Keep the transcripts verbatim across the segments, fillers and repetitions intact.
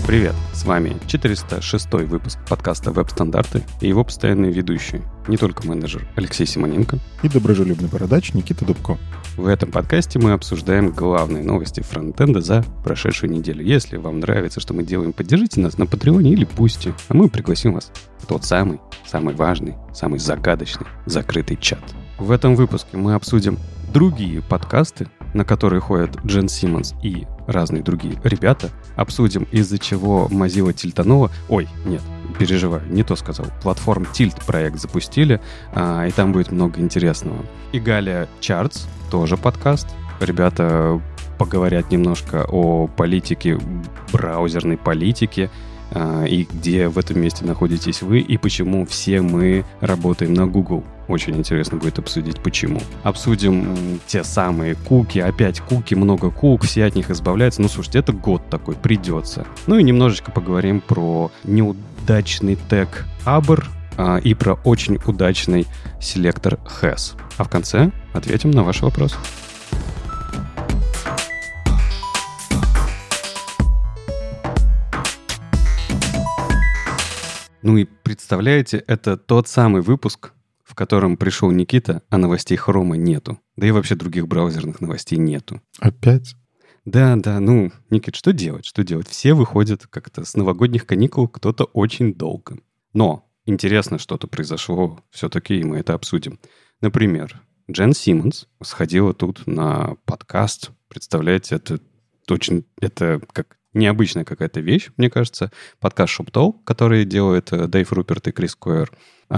Привет, с вами четыреста шестой выпуск подкаста «Веб-стандарты» и его постоянные ведущие, не только менеджер Алексей Симоненко и доброжелюбный бородач Никита Дубко. В этом подкасте мы обсуждаем главные новости фронтенда за прошедшую неделю. Если вам нравится, что мы делаем, поддержите нас на Патреоне или Бусти, а мы пригласим вас в тот самый, самый важный, самый загадочный, закрытый чат. В этом выпуске мы обсудим другие подкасты, на которые ходят Джен Симмонс и разные другие ребята. Обсудим, из-за чего Mozilla тильтанула. Ой, нет, переживаю, не то сказал. Платформ Tilt проект запустили, а, и там будет много интересного. И Галя Чартс, тоже подкаст. Ребята поговорят немножко о политике, браузерной политике, а, и где в этом месте находитесь вы, и почему все мы работаем на Google. Очень интересно будет обсудить, почему. Обсудим те самые куки, опять куки, много кук, все от них избавляются. Ну, слушайте, это год такой, придется. Ну и немножечко поговорим про неудачный тег Абр а, и про очень удачный селектор хэс. А в конце ответим на ваши вопросы. Ну и представляете, это тот самый выпуск, в котором пришел Никита, а новостей Хрома нету. Да и вообще других браузерных новостей нету. Опять? Да, да, ну, Никит, что делать? Что делать? Все выходят как-то с новогодних каникул, кто-то очень долго. Но интересно, что-то произошло все-таки, и мы это обсудим. Например, Джен Симмонс сходила тут на подкаст. Представляете, это очень, это как необычная какая-то вещь, мне кажется. Подкаст ShopTalk, который делает Дэйв Руперт и Крис Койер,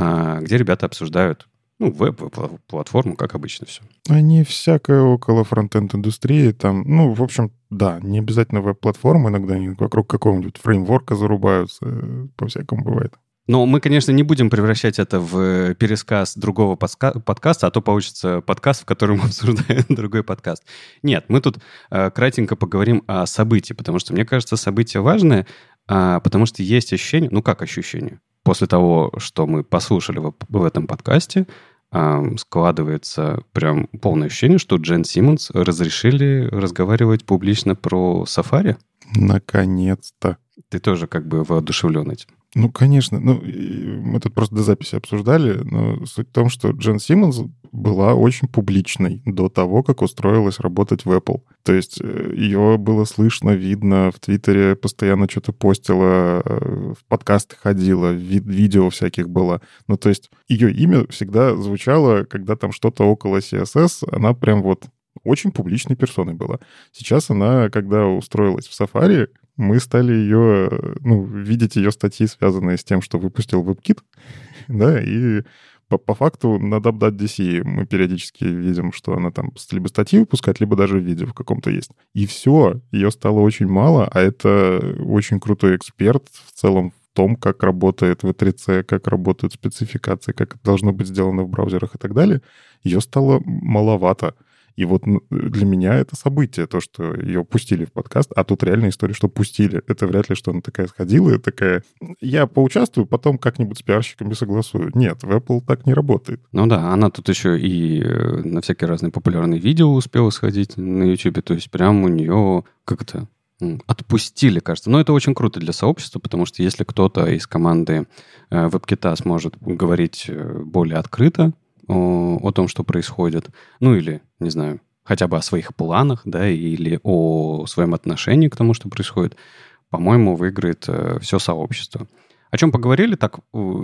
где ребята обсуждают, ну, веб-платформу, как обычно все. Они всякое около фронтенд-индустрии, там, ну, в общем, да, не обязательно веб-платформы, иногда они вокруг какого-нибудь фреймворка зарубаются, по-всякому бывает. Но мы, конечно, не будем превращать это в пересказ другого подка- подкаста, а то получится подкаст, в котором мы обсуждаем другой подкаст. Нет, мы тут э, кратенько поговорим о событии, потому что, мне кажется, событие важное, э, потому что есть ощущение, ну как ощущение? После того, что мы послушали в, в этом подкасте, э, складывается прям полное ощущение, что Джен Симмонс разрешили разговаривать публично про Safari. Наконец-то. Ты тоже как бы воодушевлен этим. Ну, конечно. Ну, мы тут просто до записи обсуждали, но суть в том, что Джен Симмонс была очень публичной до того, как устроилась работать в Apple. То есть ее было слышно, видно, в Твиттере постоянно что-то постила, в подкасты ходила, ви- видео всяких было. Ну, то есть ее имя всегда звучало, когда там что-то около си эс эс, она прям вот очень публичной персоной была. Сейчас она, когда устроилась в Safari, мы стали ее, ну, видеть ее статьи, связанные с тем, что выпустил WebKit, да, и по, по факту на даб даб ди си мы периодически видим, что она там либо статьи выпускает, либо даже видео в каком-то есть. И все, ее стало очень мало, а это очень крутой эксперт в целом в том, как работает ви три си, как работают спецификации, как это должно быть сделано в браузерах и так далее. Ее стало маловато. И вот для меня это событие, то, что ее пустили в подкаст, а тут реальная история, что пустили. Это вряд ли, что она такая сходила, и такая, я поучаствую, потом как-нибудь с пиарщиками согласую. Нет, в Apple так не работает. Ну да, она тут еще и на всякие разные популярные видео успела сходить на YouTube, то есть прям у нее как-то отпустили, кажется. Но это очень круто для сообщества, потому что если кто-то из команды WebKit сможет говорить более открыто о, о том, что происходит, ну или, не знаю, хотя бы о своих планах, да, или о своем отношении к тому, что происходит, по-моему, выиграет э, все сообщество. О чем поговорили, так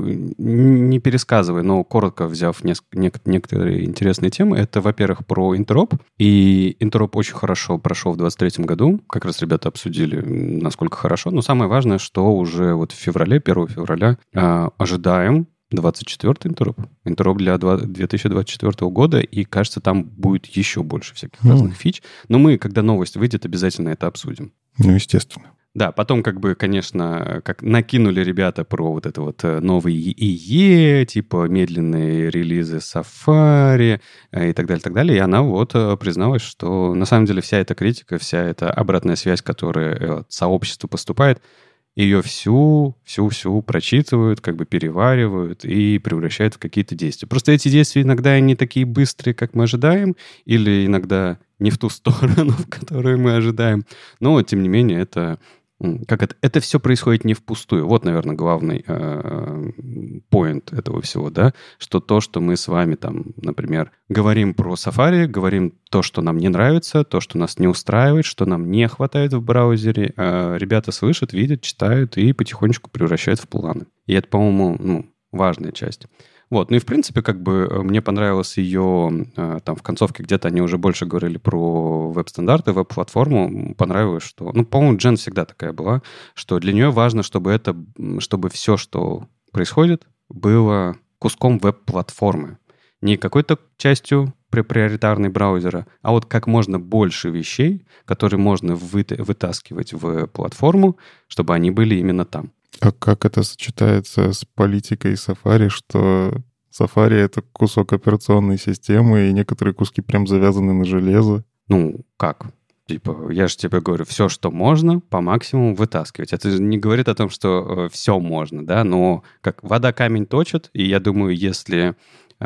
не пересказывая, но коротко взяв неск- нек- некоторые интересные темы, это, во-первых, про Интероп. И Интероп очень хорошо прошел в двадцать третьем году. Как раз ребята обсудили, насколько хорошо. Но самое важное, что уже вот в феврале, первого февраля, э, ожидаем двадцать четвёртый Интероп. Интероп для две тысячи двадцать четвёртого года, и, кажется, там будет еще больше всяких mm. разных фич. Но мы, когда новость выйдет, обязательно это обсудим. Ну, естественно. Да, потом, как бы, конечно, как накинули ребята про вот это вот новый и и, типа медленные релизы Safari и так далее, так далее. И она вот призналась, что на самом деле вся эта критика, вся эта обратная связь, которая от сообщества поступает, ее всю, всю-всю прочитывают, как бы переваривают и превращают в какие-то действия. Просто эти действия иногда не такие быстрые, как мы ожидаем, или иногда не в ту сторону, в которую мы ожидаем. Но, тем не менее, это как это, это все происходит не впустую. Вот, наверное, главный поинт э, этого всего, да, что то, что мы с вами там, например, говорим про Safari, говорим то, что нам не нравится, то, что нас не устраивает, что нам не хватает в браузере, э, ребята слышат, видят, читают и потихонечку превращают в планы. И это, по-моему, ну, важная часть. Вот, ну и в принципе, как бы мне понравилось ее, там в концовке где-то они уже больше говорили про веб-стандарты, веб-платформу. Понравилось, что, ну, по-моему, Джен всегда такая была, что для нее важно, чтобы это, чтобы все, что происходит, было куском веб-платформы. Не какой-то частью приоритарной браузера, а вот как можно больше вещей, которые можно вы, вытаскивать в платформу, чтобы они были именно там. А как это сочетается с политикой Safari, что Safari — это кусок операционной системы, и некоторые куски прям завязаны на железо? Ну, как? Типа, я же тебе говорю, все, что можно, по максимуму вытаскивать. Это же не говорит о том, что э, все можно, да, но как вода камень точит, и я думаю, если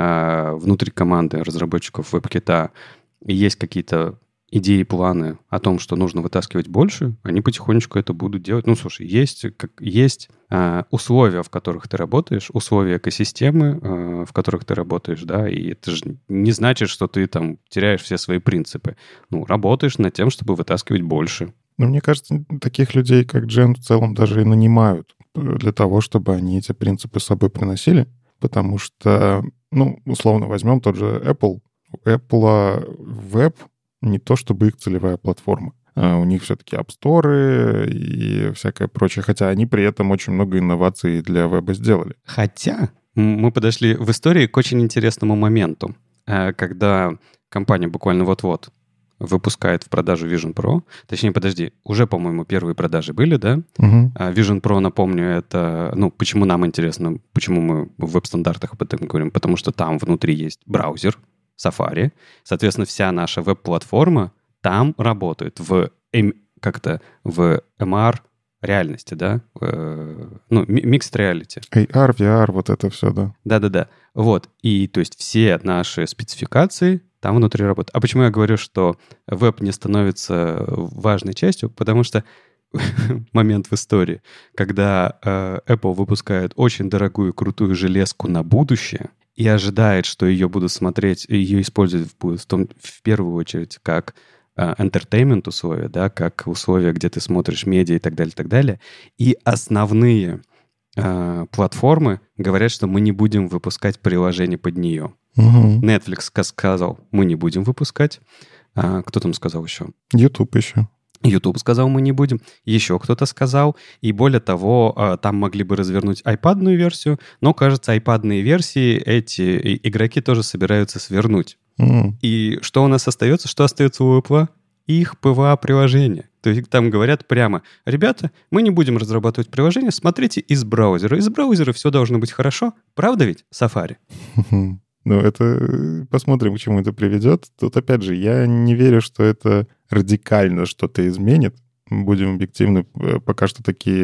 э, внутри команды разработчиков WebKit есть какие-то идеи, планы о том, что нужно вытаскивать больше, они потихонечку это будут делать. Ну, слушай, есть, как, есть э, условия, в которых ты работаешь, условия экосистемы, э, в которых ты работаешь, да, и это же не значит, что ты там теряешь все свои принципы. Ну, работаешь над тем, чтобы вытаскивать больше. Ну, мне кажется, таких людей, как Джен, в целом даже и нанимают для того, чтобы они эти принципы с собой приносили, потому что, ну, условно возьмем тот же Apple. У Apple веб не то чтобы их целевая платформа. У них все-таки App Store и всякое прочее, хотя они при этом очень много инноваций для веба сделали. Хотя мы подошли в истории к очень интересному моменту, когда компания буквально вот-вот выпускает в продажу Vision Pro. Точнее, подожди, уже, по-моему, первые продажи были, да? Угу. Vision Pro, напомню, это... Ну, почему нам интересно, почему мы в веб-стандартах об этом говорим? Потому что там внутри есть браузер, Safari. Соответственно, вся наша веб-платформа там работает в, как-то в эм ар реальности, да? Ну, mixed reality. эй ар, ви ар, вот это все, да. Да-да-да. Вот. И, то есть, все наши спецификации там внутри работают. А почему я говорю, что веб не становится важной частью? Потому что момент в истории, когда Apple выпускает очень дорогую, крутую железку на будущее, и ожидает, что ее будут смотреть, ее использовать будут в, том, в первую очередь как э, entertainment условия, да, как условия, где ты смотришь медиа и так далее, и так далее. И основные э, платформы говорят, что мы не будем выпускать приложение под нее. Угу. Netflix сказал, мы не будем выпускать. А, кто там сказал еще? YouTube еще. YouTube сказал, мы не будем. Еще кто-то сказал. И более того, там могли бы развернуть айпадную версию, но, кажется, айпадные версии эти игроки тоже собираются свернуть. Mm. И что у нас остается? Что остается у Apple? Их пи ви эй-приложение. То есть там говорят прямо, ребята, мы не будем разрабатывать приложение, смотрите из браузера. Из браузера все должно быть хорошо. Правда ведь, Safari? Ну, это... Посмотрим, к чему это приведет. Тут, опять же, я не верю, что это радикально что-то изменит. Будем объективны, пока что такие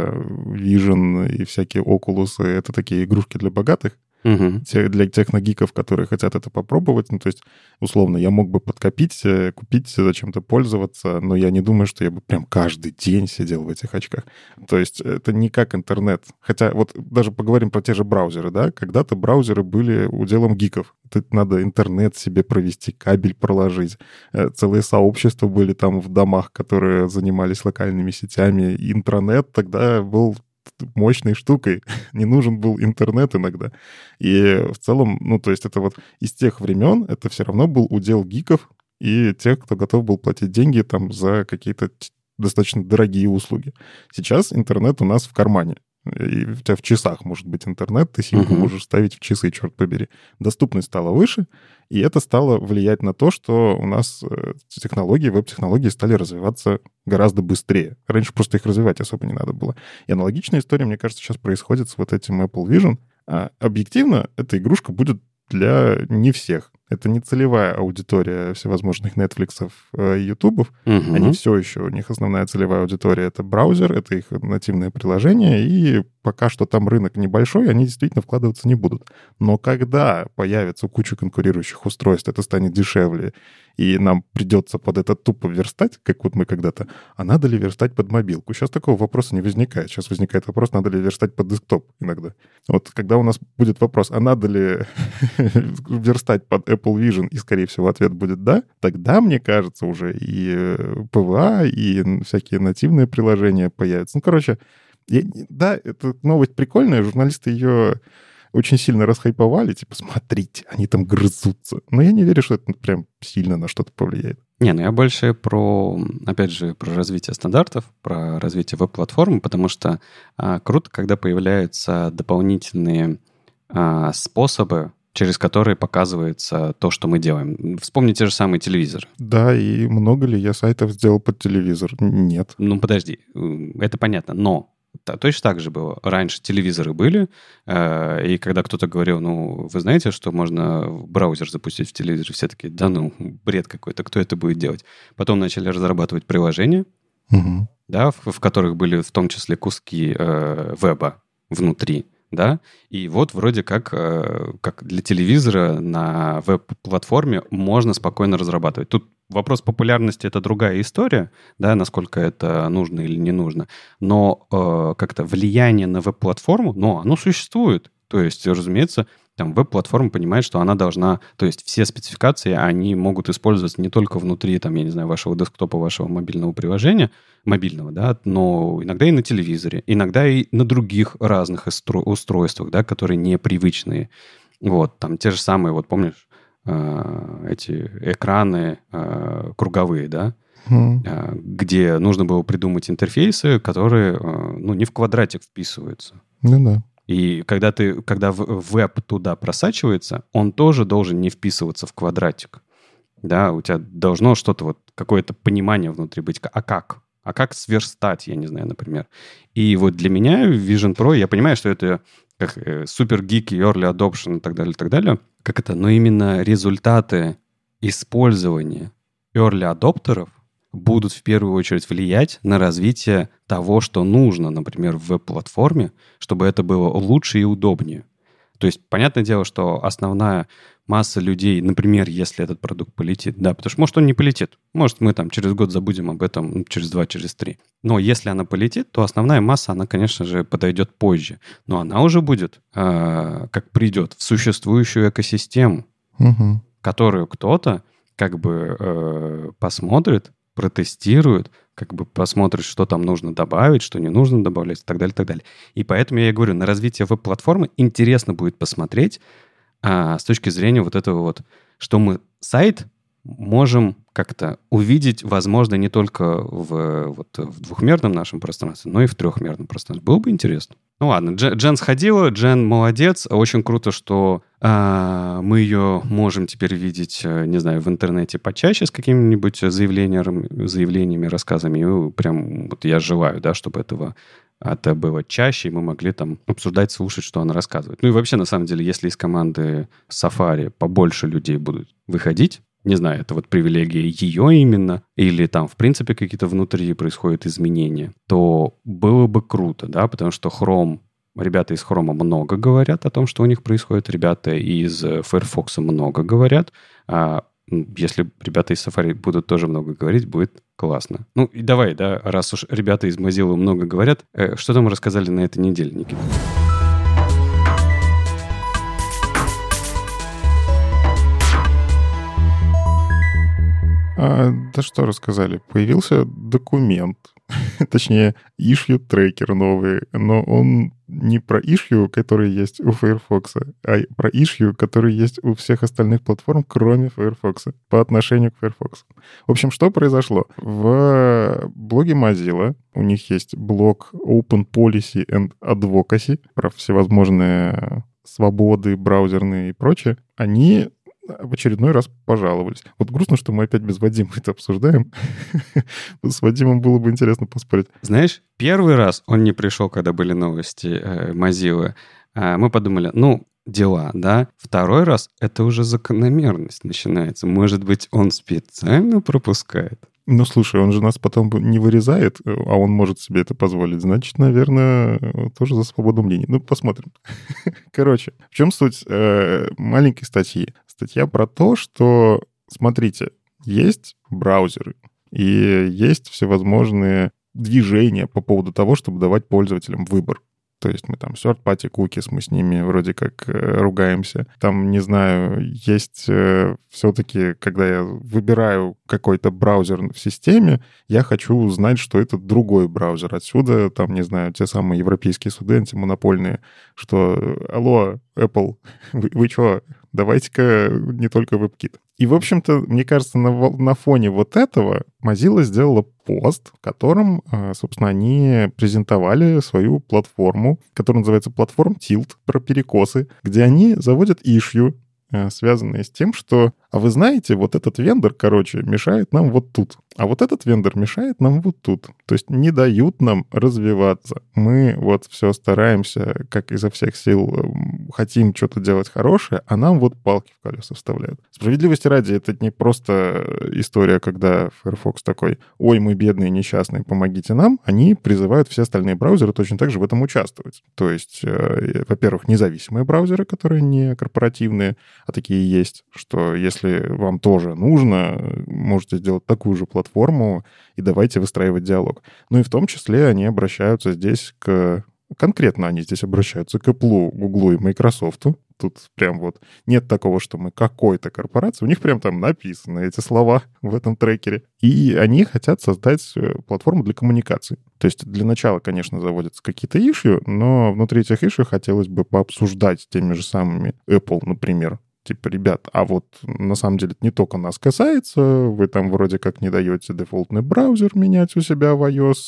Vision и всякие Oculus — это такие игрушки для богатых. Угу. Для техногиков, которые хотят это попробовать. Ну, то есть, условно, я мог бы подкопить, купить, зачем-то пользоваться, но я не думаю, что я бы прям каждый день сидел в этих очках. То есть это не как интернет. Хотя вот даже поговорим про те же браузеры, да? Когда-то браузеры были уделом гиков. Тут надо интернет себе провести, кабель проложить. Целые сообщества были там в домах, которые занимались локальными сетями. Интранет тогда был мощной штукой. Не нужен был интернет иногда. И в целом, ну, то есть это вот из тех времен это все равно был удел гиков и тех, кто готов был платить деньги там за какие-то достаточно дорогие услуги. Сейчас интернет у нас в кармане. И у тебя в часах может быть интернет, ты симку uh-huh. можешь ставить в часы, черт побери. Доступность стала выше, и это стало влиять на то, что у нас технологии, веб-технологии стали развиваться гораздо быстрее. Раньше просто их развивать особо не надо было. И аналогичная история, мне кажется, сейчас происходит с вот этим Apple Vision. А объективно, эта игрушка будет для не всех. Это не целевая аудитория всевозможных Netflix'ов и Ютубов. Uh-huh. Они все еще, у них основная целевая аудитория — это браузер, это их нативное приложение и пока что там рынок небольшой, они действительно вкладываться не будут. Но когда появится куча конкурирующих устройств, это станет дешевле, и нам придется под это тупо верстать, как вот мы когда-то, а надо ли верстать под мобилку? Сейчас такого вопроса не возникает. Сейчас возникает вопрос, надо ли верстать под десктоп иногда. Вот когда у нас будет вопрос, а надо ли верстать под Apple Vision, и, скорее всего, ответ будет «да», тогда, мне кажется, уже и пи ви эй, и всякие нативные приложения появятся. Ну, короче, я, да, эта новость прикольная, журналисты ее очень сильно расхайповали, типа, смотрите, они там грызутся. Но я не верю, что это прям сильно на что-то повлияет. Не, ну я больше про, опять же, про развитие стандартов, про развитие веб-платформы, потому что а, круто, когда появляются дополнительные а, способы, через которые показывается то, что мы делаем. Вспомни те же самые телевизоры. Да, и много ли я сайтов сделал под телевизор? Нет. Ну, подожди, это понятно, но точно так же было. Раньше телевизоры были, э, и когда кто-то говорил, ну, вы знаете, что можно браузер запустить в телевизоре, все такие, да ну, бред какой-то, кто это будет делать? Потом начали разрабатывать приложения, угу. да, в, в которых были в том числе куски э, веба внутри, да, и вот вроде как, э, как для телевизора на веб-платформе можно спокойно разрабатывать. Тут вопрос популярности — это другая история, да, насколько это нужно или не нужно. Но э, как-то влияние на веб-платформу, ну, оно существует. То есть, разумеется, там веб-платформа понимает, что она должна... То есть все спецификации, они могут использоваться не только внутри, там, я не знаю, вашего десктопа, вашего мобильного приложения, мобильного, да, но иногда и на телевизоре, иногда и на других разных истро- устройствах, да, которые непривычные. Вот, там те же самые, вот помнишь, эти экраны э, круговые, да, Mm. э, где нужно было придумать интерфейсы, которые, э, ну, не в квадратик вписываются. Ну да. И когда ты, когда веб туда просачивается, он тоже должен не вписываться в квадратик. Да, у тебя должно что-то вот, какое-то понимание внутри быть. А как? А как сверстать, я не знаю, например. И вот для меня Vision Pro, я понимаю, что это как э, супер гики, early adoption и так далее, и так далее. Как это? Но именно результаты использования early адоптеров будут в первую очередь влиять на развитие того, что нужно, например, в веб-платформе, чтобы это было лучше и удобнее. То есть, понятное дело, что основная масса людей, например, если этот продукт полетит, да, потому что, может, он не полетит. Может, мы там через год забудем об этом, ну, через два, через три. Но если она полетит, то основная масса, она, конечно же, подойдет позже. Но она уже будет, э, как придет, в существующую экосистему, Угу. которую кто-то как бы э, посмотрит, протестирует, как бы посмотрит, что там нужно добавить, что не нужно добавлять и так далее, и так далее. И поэтому я и говорю, на развитие веб-платформы интересно будет посмотреть а, с точки зрения вот этого вот, что мы сайт можем как-то увидеть, возможно, не только в, вот, в двухмерном нашем пространстве, но и в трехмерном пространстве. Было бы интересно. Ну ладно, Джен сходила, Джен молодец. Очень круто, что а, мы ее можем теперь видеть, не знаю, в интернете почаще с какими-нибудь заявлениями, заявлениями, рассказами. И прям вот я желаю, да, чтобы этого это было чаще, и мы могли там обсуждать, слушать, что она рассказывает. Ну и вообще, на самом деле, если из команды Safari побольше людей будут выходить, не знаю, это вот привилегия ее именно, или там, в принципе, какие-то внутри происходят изменения, то было бы круто, да, потому что Chrome, ребята из Chrome много говорят о том, что у них происходит, ребята из Firefox много говорят, а если ребята из Safari будут тоже много говорить, будет классно. Ну и давай, да, раз уж ребята из Mozilla много говорят, что там рассказали на этой неделе, Никита? А, да что рассказали? Появился документ, точнее, issue трекер новый, но он не про issue, который есть у Firefox, а про issue, который есть у всех остальных платформ, кроме Firefox, по отношению к Firefox. В общем, что произошло? В блоге Mozilla у них есть блог Open Policy and Advocacy про всевозможные свободы браузерные и прочее. Они в очередной раз пожаловались. Вот грустно, что мы опять без Вадима это обсуждаем. С Вадимом было бы интересно поспорить. Знаешь, первый раз он не пришел, когда были новости э, Mozilla. А мы подумали, ну, дела, да? Второй раз это уже закономерность начинается. Может быть, он специально пропускает? Ну, слушай, он же нас потом не вырезает, а он может себе это позволить. Значит, наверное, тоже за свободу мнений. Ну, посмотрим. Короче, в чем суть э, маленькой статьи? Статья про то, что, смотрите, есть браузеры и есть всевозможные движения по поводу того, чтобы давать пользователям выбор. То есть мы там third-party cookies, мы с ними вроде как э, ругаемся. Там, не знаю, есть э, все-таки, когда я выбираю какой-то браузер в системе, я хочу узнать, что это другой браузер. Отсюда, там, не знаю, те самые европейские суды антимонопольные, что «Алло, Apple, вы, вы что, давайте-ка не только WebKit». И, в общем-то, мне кажется, на, на фоне вот этого Mozilla сделала пост, в котором, собственно, они презентовали свою платформу, которая называется платформ Tilt, про перекосы, где они заводят issue, связанные с тем, что, а вы знаете, вот этот вендор, короче, мешает нам вот тут, а вот этот вендор мешает нам вот тут. То есть не дают нам развиваться. Мы вот все стараемся, как изо всех сил хотим что-то делать хорошее, а нам вот палки в колеса вставляют. Справедливости ради, это не просто история, когда Firefox такой: ой, мы бедные, несчастные, помогите нам. Они призывают все остальные браузеры точно так же в этом участвовать. То есть, во-первых, независимые браузеры, которые не корпоративные, а такие есть, что если вам тоже нужно, можете сделать такую же платформу и давайте выстраивать диалог. Ну и в том числе они обращаются здесь к... Конкретно они здесь обращаются к Apple, Google и Microsoft. Тут прям вот нет такого, что мы какой-то корпорация. У них прям там написаны эти слова в этом трекере. И они хотят создать платформу для коммуникаций. То есть для начала, конечно, заводятся какие-то issue, но внутри этих issue хотелось бы пообсуждать с теми же самыми Apple, например. Типа, ребят, а вот на самом деле это не только нас касается, вы там вроде как не даете дефолтный браузер менять у себя в iOS,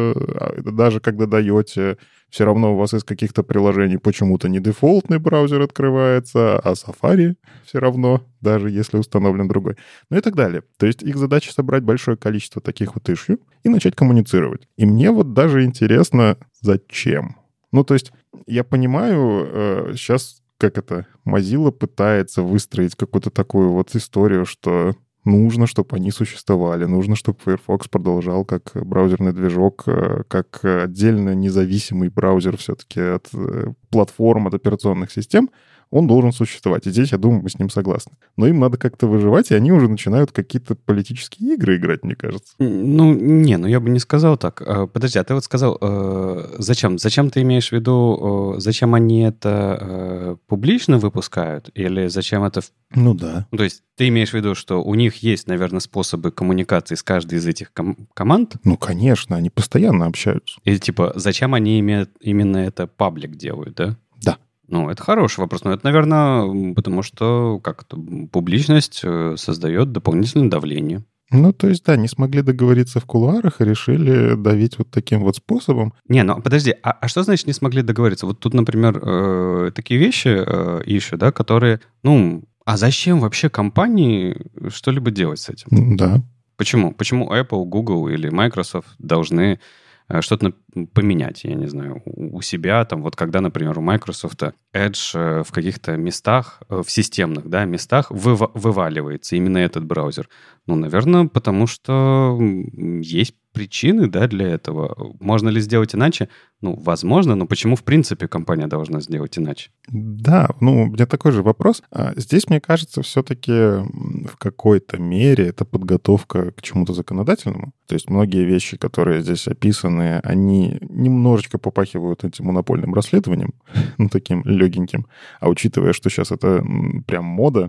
э, даже когда даете, все равно у вас из каких-то приложений почему-то не дефолтный браузер открывается, а Safari все равно, даже если установлен другой. Ну и так далее. То есть их задача собрать большое количество таких вот issue и начать коммуницировать. И мне вот даже интересно, зачем? Ну, то есть я понимаю, э, сейчас... как это, Mozilla пытается выстроить какую-то такую вот историю, что нужно, чтобы они существовали, нужно, чтобы Firefox продолжал как браузерный движок, как отдельно независимый браузер все-таки от платформ, от операционных систем. Он должен существовать. И здесь, я думаю, мы с ним согласны. Но им надо как-то выживать, и они уже начинают какие-то политические игры играть, мне кажется. Ну, не, ну я бы не сказал так. Подожди, а ты вот сказал, зачем? Зачем ты имеешь в виду, зачем они это публично выпускают? Или зачем это... Ну да. То есть ты имеешь в виду, что у них есть, наверное, способы коммуникации с каждой из этих ком- команд? Ну, конечно, они постоянно общаются. Или типа, зачем они имеют, именно это паблик делают, да? Да. Ну, это хороший вопрос. Но это, наверное, потому что как-то публичность создает дополнительное давление. Ну, то есть, да, не смогли договориться в кулуарах и решили давить вот таким вот способом. Не, ну, подожди, а, а что значит не смогли договориться? Вот тут, например, э, такие вещи э, ищут, да, которые, ну, а зачем вообще компании что-либо делать с этим? Да. Почему? Почему Apple, Google или Microsoft должны что-то поменять, я не знаю, у себя, там, вот когда, например, у Microsoft Edge в каких-то местах, в системных, да, местах выва- вываливается именно этот браузер. Ну, наверное, потому что есть причины, да, для этого. Можно ли сделать иначе? Ну, возможно, но почему, в принципе, компания должна сделать иначе? Да, ну, у меня такой же вопрос. Здесь, мне кажется, все-таки в какой-то мере это подготовка к чему-то законодательному. То есть многие вещи, которые здесь описаны, они немножечко попахивают антимонопольным расследованием, ну, таким легеньким. А учитывая, что сейчас это прям мода,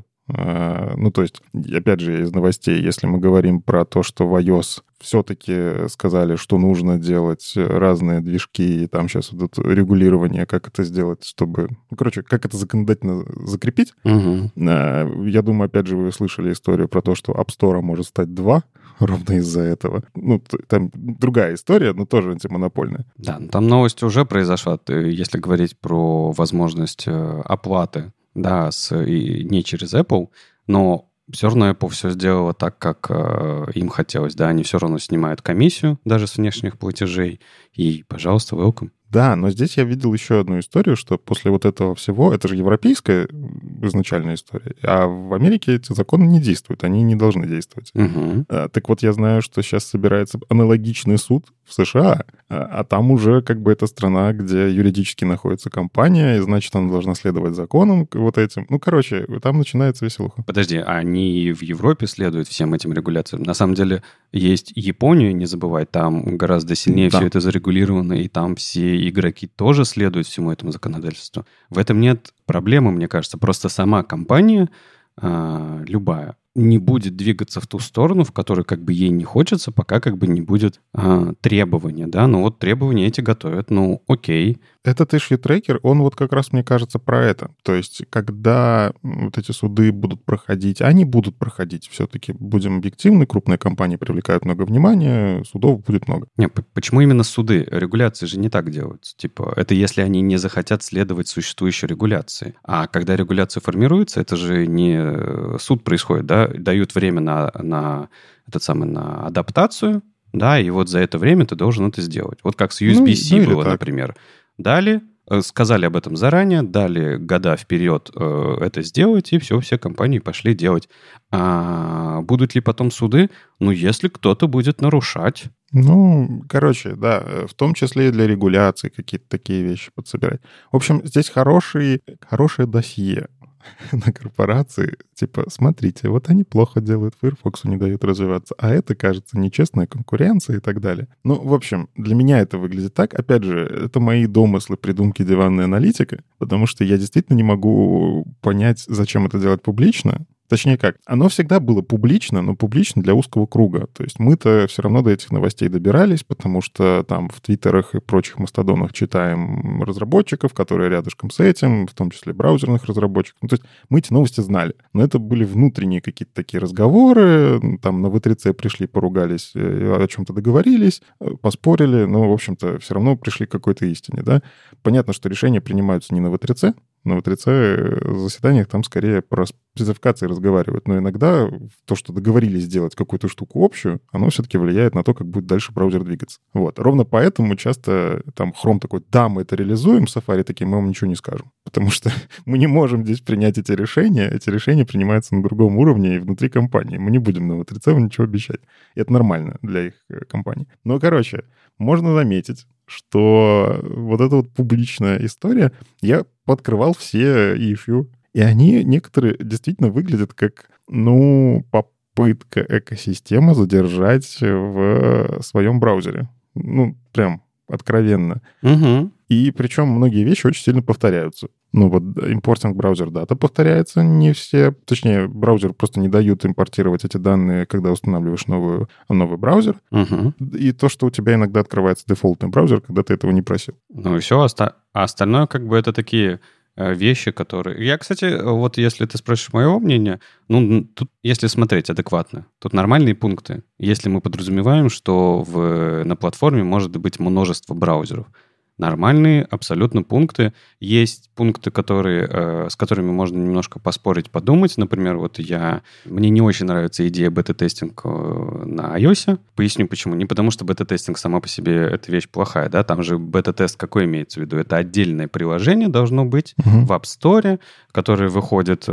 ну, то есть, опять же, из новостей, если мы говорим про то, что в iOS все-таки сказали, что нужно делать разные движки, и там сейчас идут регулирования, как это сделать, чтобы... Ну, короче, как это законодательно закрепить. Угу. Я думаю, опять же, вы слышали историю про то, что App Store может стать два, ровно из-за этого. Ну, там другая история, но тоже антимонопольная. Да, там новость уже произошла, если говорить про возможность оплаты, да, с, и не через Apple, но все равно Apple все сделала так, как э, им хотелось, да, они все равно снимают комиссию даже с внешних платежей, и, пожалуйста, welcome. Да, но здесь я видел еще одну историю, что после вот этого всего, это же европейская изначальная история, а в Америке эти законы не действуют, они не должны действовать. Угу. А, так вот, я знаю, что сейчас собирается аналогичный суд в США, а, а там уже как бы это страна, где юридически находится компания, и значит, она должна следовать законам вот этим. Ну, короче, там начинается веселуха. Подожди, они в Европе следуют всем этим регуляциям? На самом деле, есть Япония, не забывай, там гораздо сильнее Да. все это зарегулировано, и там все игроки тоже следуют всему этому законодательству. В этом нет проблемы, мне кажется. Просто сама компания, э, любая, не будет двигаться в ту сторону, в которой как бы ей не хочется, пока как бы не будет э, требования, да? Ну вот требования эти готовят, ну окей. Этот issue tracker, он вот как раз, мне кажется, про это. То есть, когда вот эти суды будут проходить, они будут проходить, все-таки будем объективны, крупные компании привлекают много внимания, судов будет много. Не, п- почему именно суды? Регуляции же не так делаются. Типа, это если они не захотят следовать существующей регуляции. А когда регуляция формируется, это же не суд происходит, да? Дают время на, на этот самый, на адаптацию, да, и вот за это время ты должен это сделать. Вот как с ю эс би-C Ну, ну, было, так. например. Дали, э, сказали об этом заранее, дали года вперед э, это сделать, и все, все компании пошли делать. А будут ли потом суды? Ну, если кто-то будет нарушать. Ну, короче, да, в том числе и для регуляции какие-то такие вещи подсобирать. В общем, здесь хороший, хорошее досье на корпорации. Типа, смотрите, вот они плохо делают, Firefox не дают развиваться, а это, кажется, нечестная конкуренция и так далее. Ну, в общем, для меня это выглядит так. Опять же, это мои домыслы, придумки диванной аналитика, потому что я действительно не могу понять, зачем это делать публично. Точнее как, оно всегда было публично, но публично для узкого круга. То есть мы-то все равно до этих новостей добирались, потому что там в твиттерах и прочих мастодонах читаем разработчиков, которые рядышком с этим, в том числе браузерных разработчиков. Ну, то есть мы эти новости знали. Но это были внутренние какие-то такие разговоры. Там на ви три си пришли, поругались, о чем-то договорились, поспорили, но, в общем-то, все равно пришли к какой-то истине, да. Понятно, что решения принимаются не на ви три си, на ви три си в заседаниях там скорее про спецификации разговаривают. Но иногда то, что договорились сделать какую-то штуку общую, оно все-таки влияет на то, как будет дальше браузер двигаться. Вот. Ровно поэтому часто там Chrome такой: да, мы это реализуем, Safari такие: мы вам ничего не скажем. Потому что мы не можем здесь принять эти решения. Эти решения принимаются на другом уровне и внутри компании. Мы не будем на ви три си вам ничего обещать. И это нормально для их компаний. Но, короче, можно заметить, что вот эта вот публичная история, я подкрывал все issue, и они некоторые действительно выглядят как, ну, попытка экосистемы задержать в своем браузере. Ну, прям откровенно. Угу. И причем многие вещи очень сильно повторяются. Ну вот импортинг браузер дата повторяется, не все, точнее, браузер просто не дают импортировать эти данные, когда устанавливаешь новую, новый браузер. Угу. И то, что у тебя иногда открывается дефолтный браузер, когда ты этого не просил. Ну и все, оста- а остальное как бы это такие э, вещи, которые... Я, кстати, вот если ты спросишь моего мнения, ну, тут, если смотреть адекватно, тут нормальные пункты, если мы подразумеваем, что в, на платформе может быть множество браузеров. Нормальные абсолютно пункты. Есть пункты, которые, э, с которыми можно немножко поспорить, подумать. Например, вот я... Мне не очень нравится идея бета-тестинг э, на iOS. Поясню, почему. Не потому, что бета-тестинг сама по себе эта вещь плохая, да? Там же бета-тест какой имеется в виду? Это отдельное приложение должно быть uh-huh. в App Store, которое выходит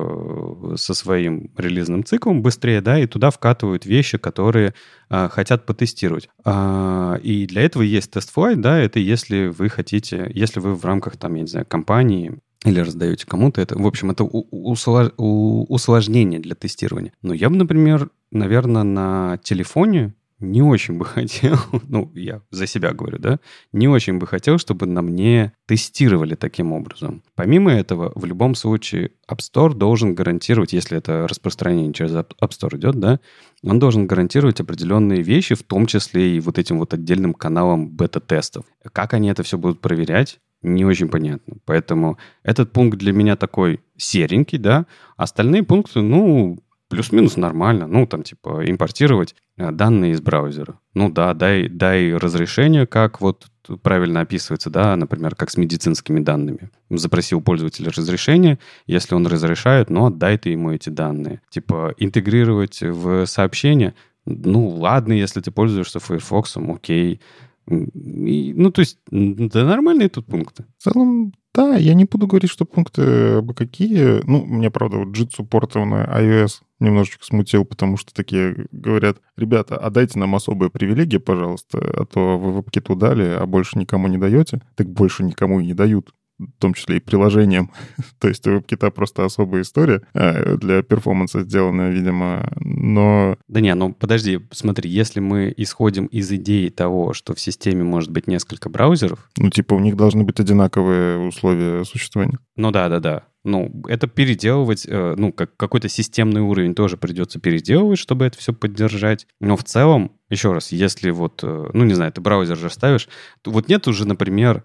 э, со своим релизным циклом быстрее, да, и туда вкатывают вещи, которые э, хотят потестировать. А, и для этого есть тест-флайт, да, это если вы хотите, если вы в рамках, там, я не знаю, компании или раздаете кому-то это, в общем, это услож, усложнение для тестирования. Но я бы, например, наверное, на телефоне не очень бы хотел, ну, я за себя говорю, да, не очень бы хотел, чтобы на мне тестировали таким образом. Помимо этого, в любом случае, App Store должен гарантировать, если это распространение через App Store идет, да, он должен гарантировать определенные вещи, в том числе и вот этим вот отдельным каналом бета-тестов. Как они это все будут проверять, не очень понятно. Поэтому этот пункт для меня такой серенький, да, остальные пункты, ну, плюс-минус нормально. Ну, там, типа, импортировать данные из браузера. Ну, да, дай, дай разрешение, как вот правильно описывается, да, например, как с медицинскими данными. Запроси у пользователя разрешение, если он разрешает, ну, отдай ты ему эти данные. Типа, интегрировать в сообщение, ну, ладно, если ты пользуешься Firefox, окей. И, ну, то есть, да, нормальные тут пункты. В целом, да, я не буду говорить, что пункты бы какие. Ну, мне, правда, вот джит-суппорт на iOS немножечко смутил, потому что такие говорят: ребята, а дайте нам особые привилегии, пожалуйста, а то вы веб-киту дали, а больше никому не даете. Так больше никому и не дают, в том числе и приложениям. То есть у веб-кита просто особая история для перформанса сделанная, видимо, но... Да не, ну подожди, смотри, если мы исходим из идеи того, что в системе может быть несколько браузеров... Ну типа у них должны быть одинаковые условия существования. Ну да-да-да. Ну, это переделывать, ну, как какой-то системный уровень тоже придется переделывать, чтобы это все поддержать. Но в целом, еще раз, если вот, ну, не знаю, ты браузер же ставишь, то вот нет уже, например,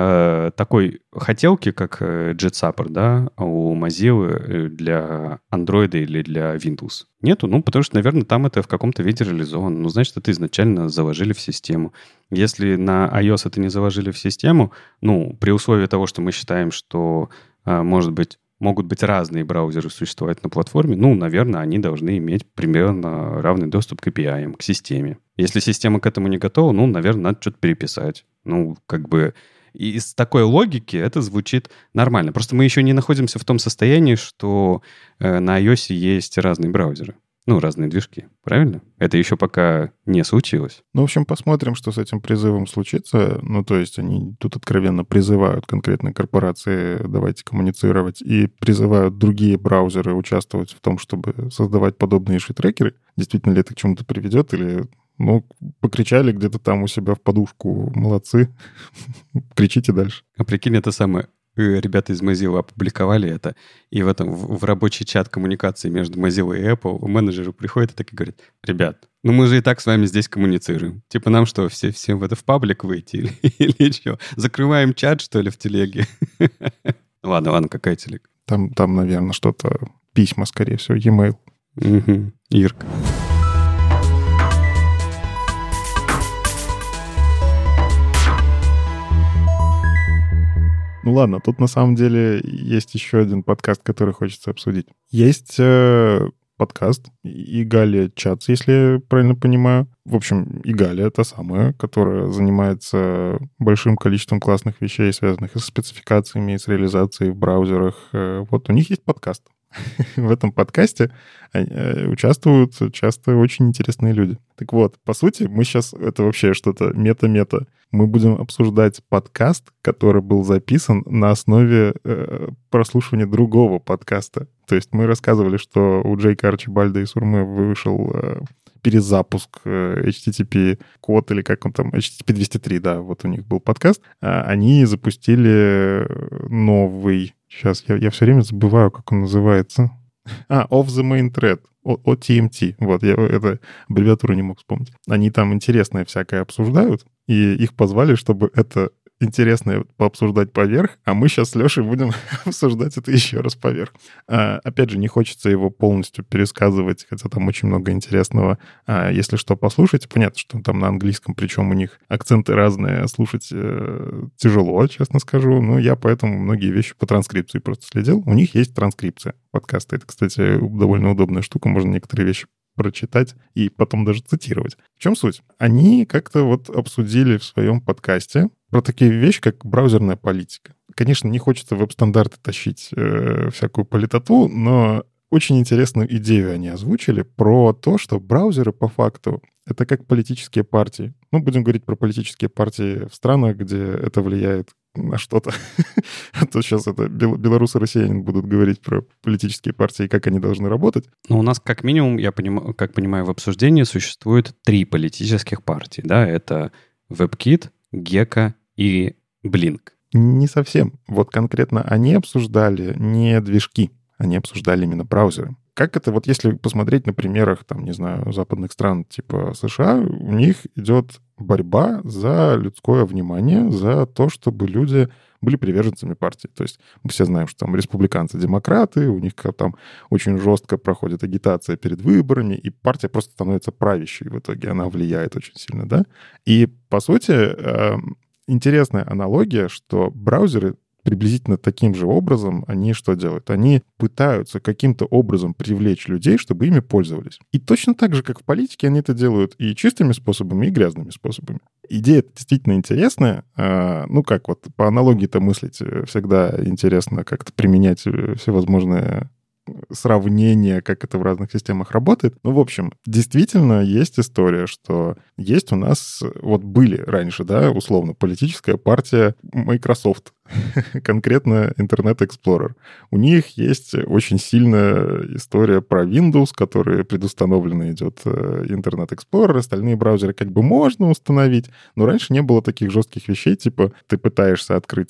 такой хотелки, как JetSupport, да, у Mozilla для Android или для Windows. Нету, ну, потому что, наверное, там это в каком-то виде реализовано. Ну, значит, это изначально заложили в систему. Если на iOS это не заложили в систему, ну, при условии того, что мы считаем, что может быть, могут быть разные браузеры существовать на платформе, ну, наверное, они должны иметь примерно равный доступ к эй пи ай, к системе. Если система к этому не готова, ну, наверное, надо что-то переписать. Ну, как бы из такой логики это звучит нормально. Просто мы еще не находимся в том состоянии, что э, на iOS есть разные браузеры. Ну, разные движки, правильно? Это еще пока не случилось. Ну, в общем, посмотрим, что с этим призывом случится. Ну, то есть они тут откровенно призывают конкретные корпорации давайте коммуницировать и призывают другие браузеры участвовать в том, чтобы создавать подобные иши-трекеры. Действительно ли это к чему-то приведет или... Ну, покричали где-то там у себя в подушку. Молодцы. Кричите дальше. А прикинь, это самое... Ребята из Mozilla опубликовали это, и в этом в, в рабочий чат коммуникации между Mozilla и Apple менеджеры приходят и так и говорят: ребят, ну мы же и так с вами здесь коммуницируем. Типа нам что, все, всем в это в паблик выйти или, или что? Закрываем чат, что ли, в телеге? Ладно, ладно, какая телега? Там, там, наверное, что-то, письма, скорее всего, e-mail. Угу. Ирка. Ну ладно, тут на самом деле есть еще один подкаст, который хочется обсудить. Есть э, подкаст Игалия Чатс, если я правильно понимаю. В общем, Игалия та самая, которая занимается большим количеством классных вещей, связанных и со спецификациями, и с реализацией в браузерах. Вот у них есть подкаст. В этом подкасте участвуют часто очень интересные люди. Так вот, по сути, мы сейчас... Это вообще что-то мета-мета. Мы будем обсуждать подкаст, который был записан на основе э, прослушивания другого подкаста. То есть мы рассказывали, что у Джейка Арчибальда и Сурмы вышел э, перезапуск э, эйч ти ти пи-код, или как он там, эйч ти ти пи двести три, да, вот у них был подкаст. А они запустили новый... Сейчас я, я все время забываю, как он называется. А, Off the Main Thread. о ти эм ти. Вот, я эту аббревиатуру не мог вспомнить. Они там интересное всякое обсуждают, и их позвали, чтобы это интересное пообсуждать поверх, а мы сейчас с Лешей будем обсуждать это еще раз поверх. А, опять же, не хочется его полностью пересказывать, хотя там очень много интересного. А, если что, послушайте. Понятно, что там на английском, причем у них акценты разные, слушать э, тяжело, честно скажу. Но я поэтому многие вещи по транскрипции просто следил. У них есть транскрипция подкаста. Это, кстати, довольно удобная штука. Можно некоторые вещи прочитать и потом даже цитировать. В чем суть? Они как-то вот обсудили в своем подкасте про такие вещи, как браузерная политика. Конечно, не хочется веб-стандарты тащить э, всякую политоту, но очень интересную идею они озвучили про то, что браузеры по факту это как политические партии. Ну, будем говорить про политические партии в странах, где это влияет на что-то. А то сейчас это белорусы, россияне будут говорить про политические партии и как они должны работать. Ну, у нас как минимум, я понимаю, как понимаю, в обсуждении существует три политических партии. Да, это WebKit, Gecko и Blink. Не совсем. Вот конкретно они обсуждали не движки, они обсуждали именно браузеры. Как это, вот если посмотреть на примерах, там, не знаю, западных стран типа США, у них идет борьба за людское внимание, за то, чтобы люди были приверженцами партии. То есть мы все знаем, что там республиканцы, демократы, у них там очень жестко проходит агитация перед выборами, и партия просто становится правящей в итоге, она влияет очень сильно, да? И, по сути, интересная аналогия, что браузеры приблизительно таким же образом они что делают? Они пытаются каким-то образом привлечь людей, чтобы ими пользовались. И точно так же, как в политике, они это делают и чистыми способами, и грязными способами. Идея действительно интересная. Ну, как вот по аналогии-то мыслить всегда интересно как-то применять всевозможные сравнение, как это в разных системах работает. Ну, в общем, действительно есть история, что есть у нас, вот были раньше, да, условно, политическая партия Microsoft, конкретно Internet Explorer. У них есть очень сильная история про Windows, который предустановленно идет Internet Explorer, остальные браузеры как бы можно установить, но раньше не было таких жестких вещей, типа ты пытаешься открыть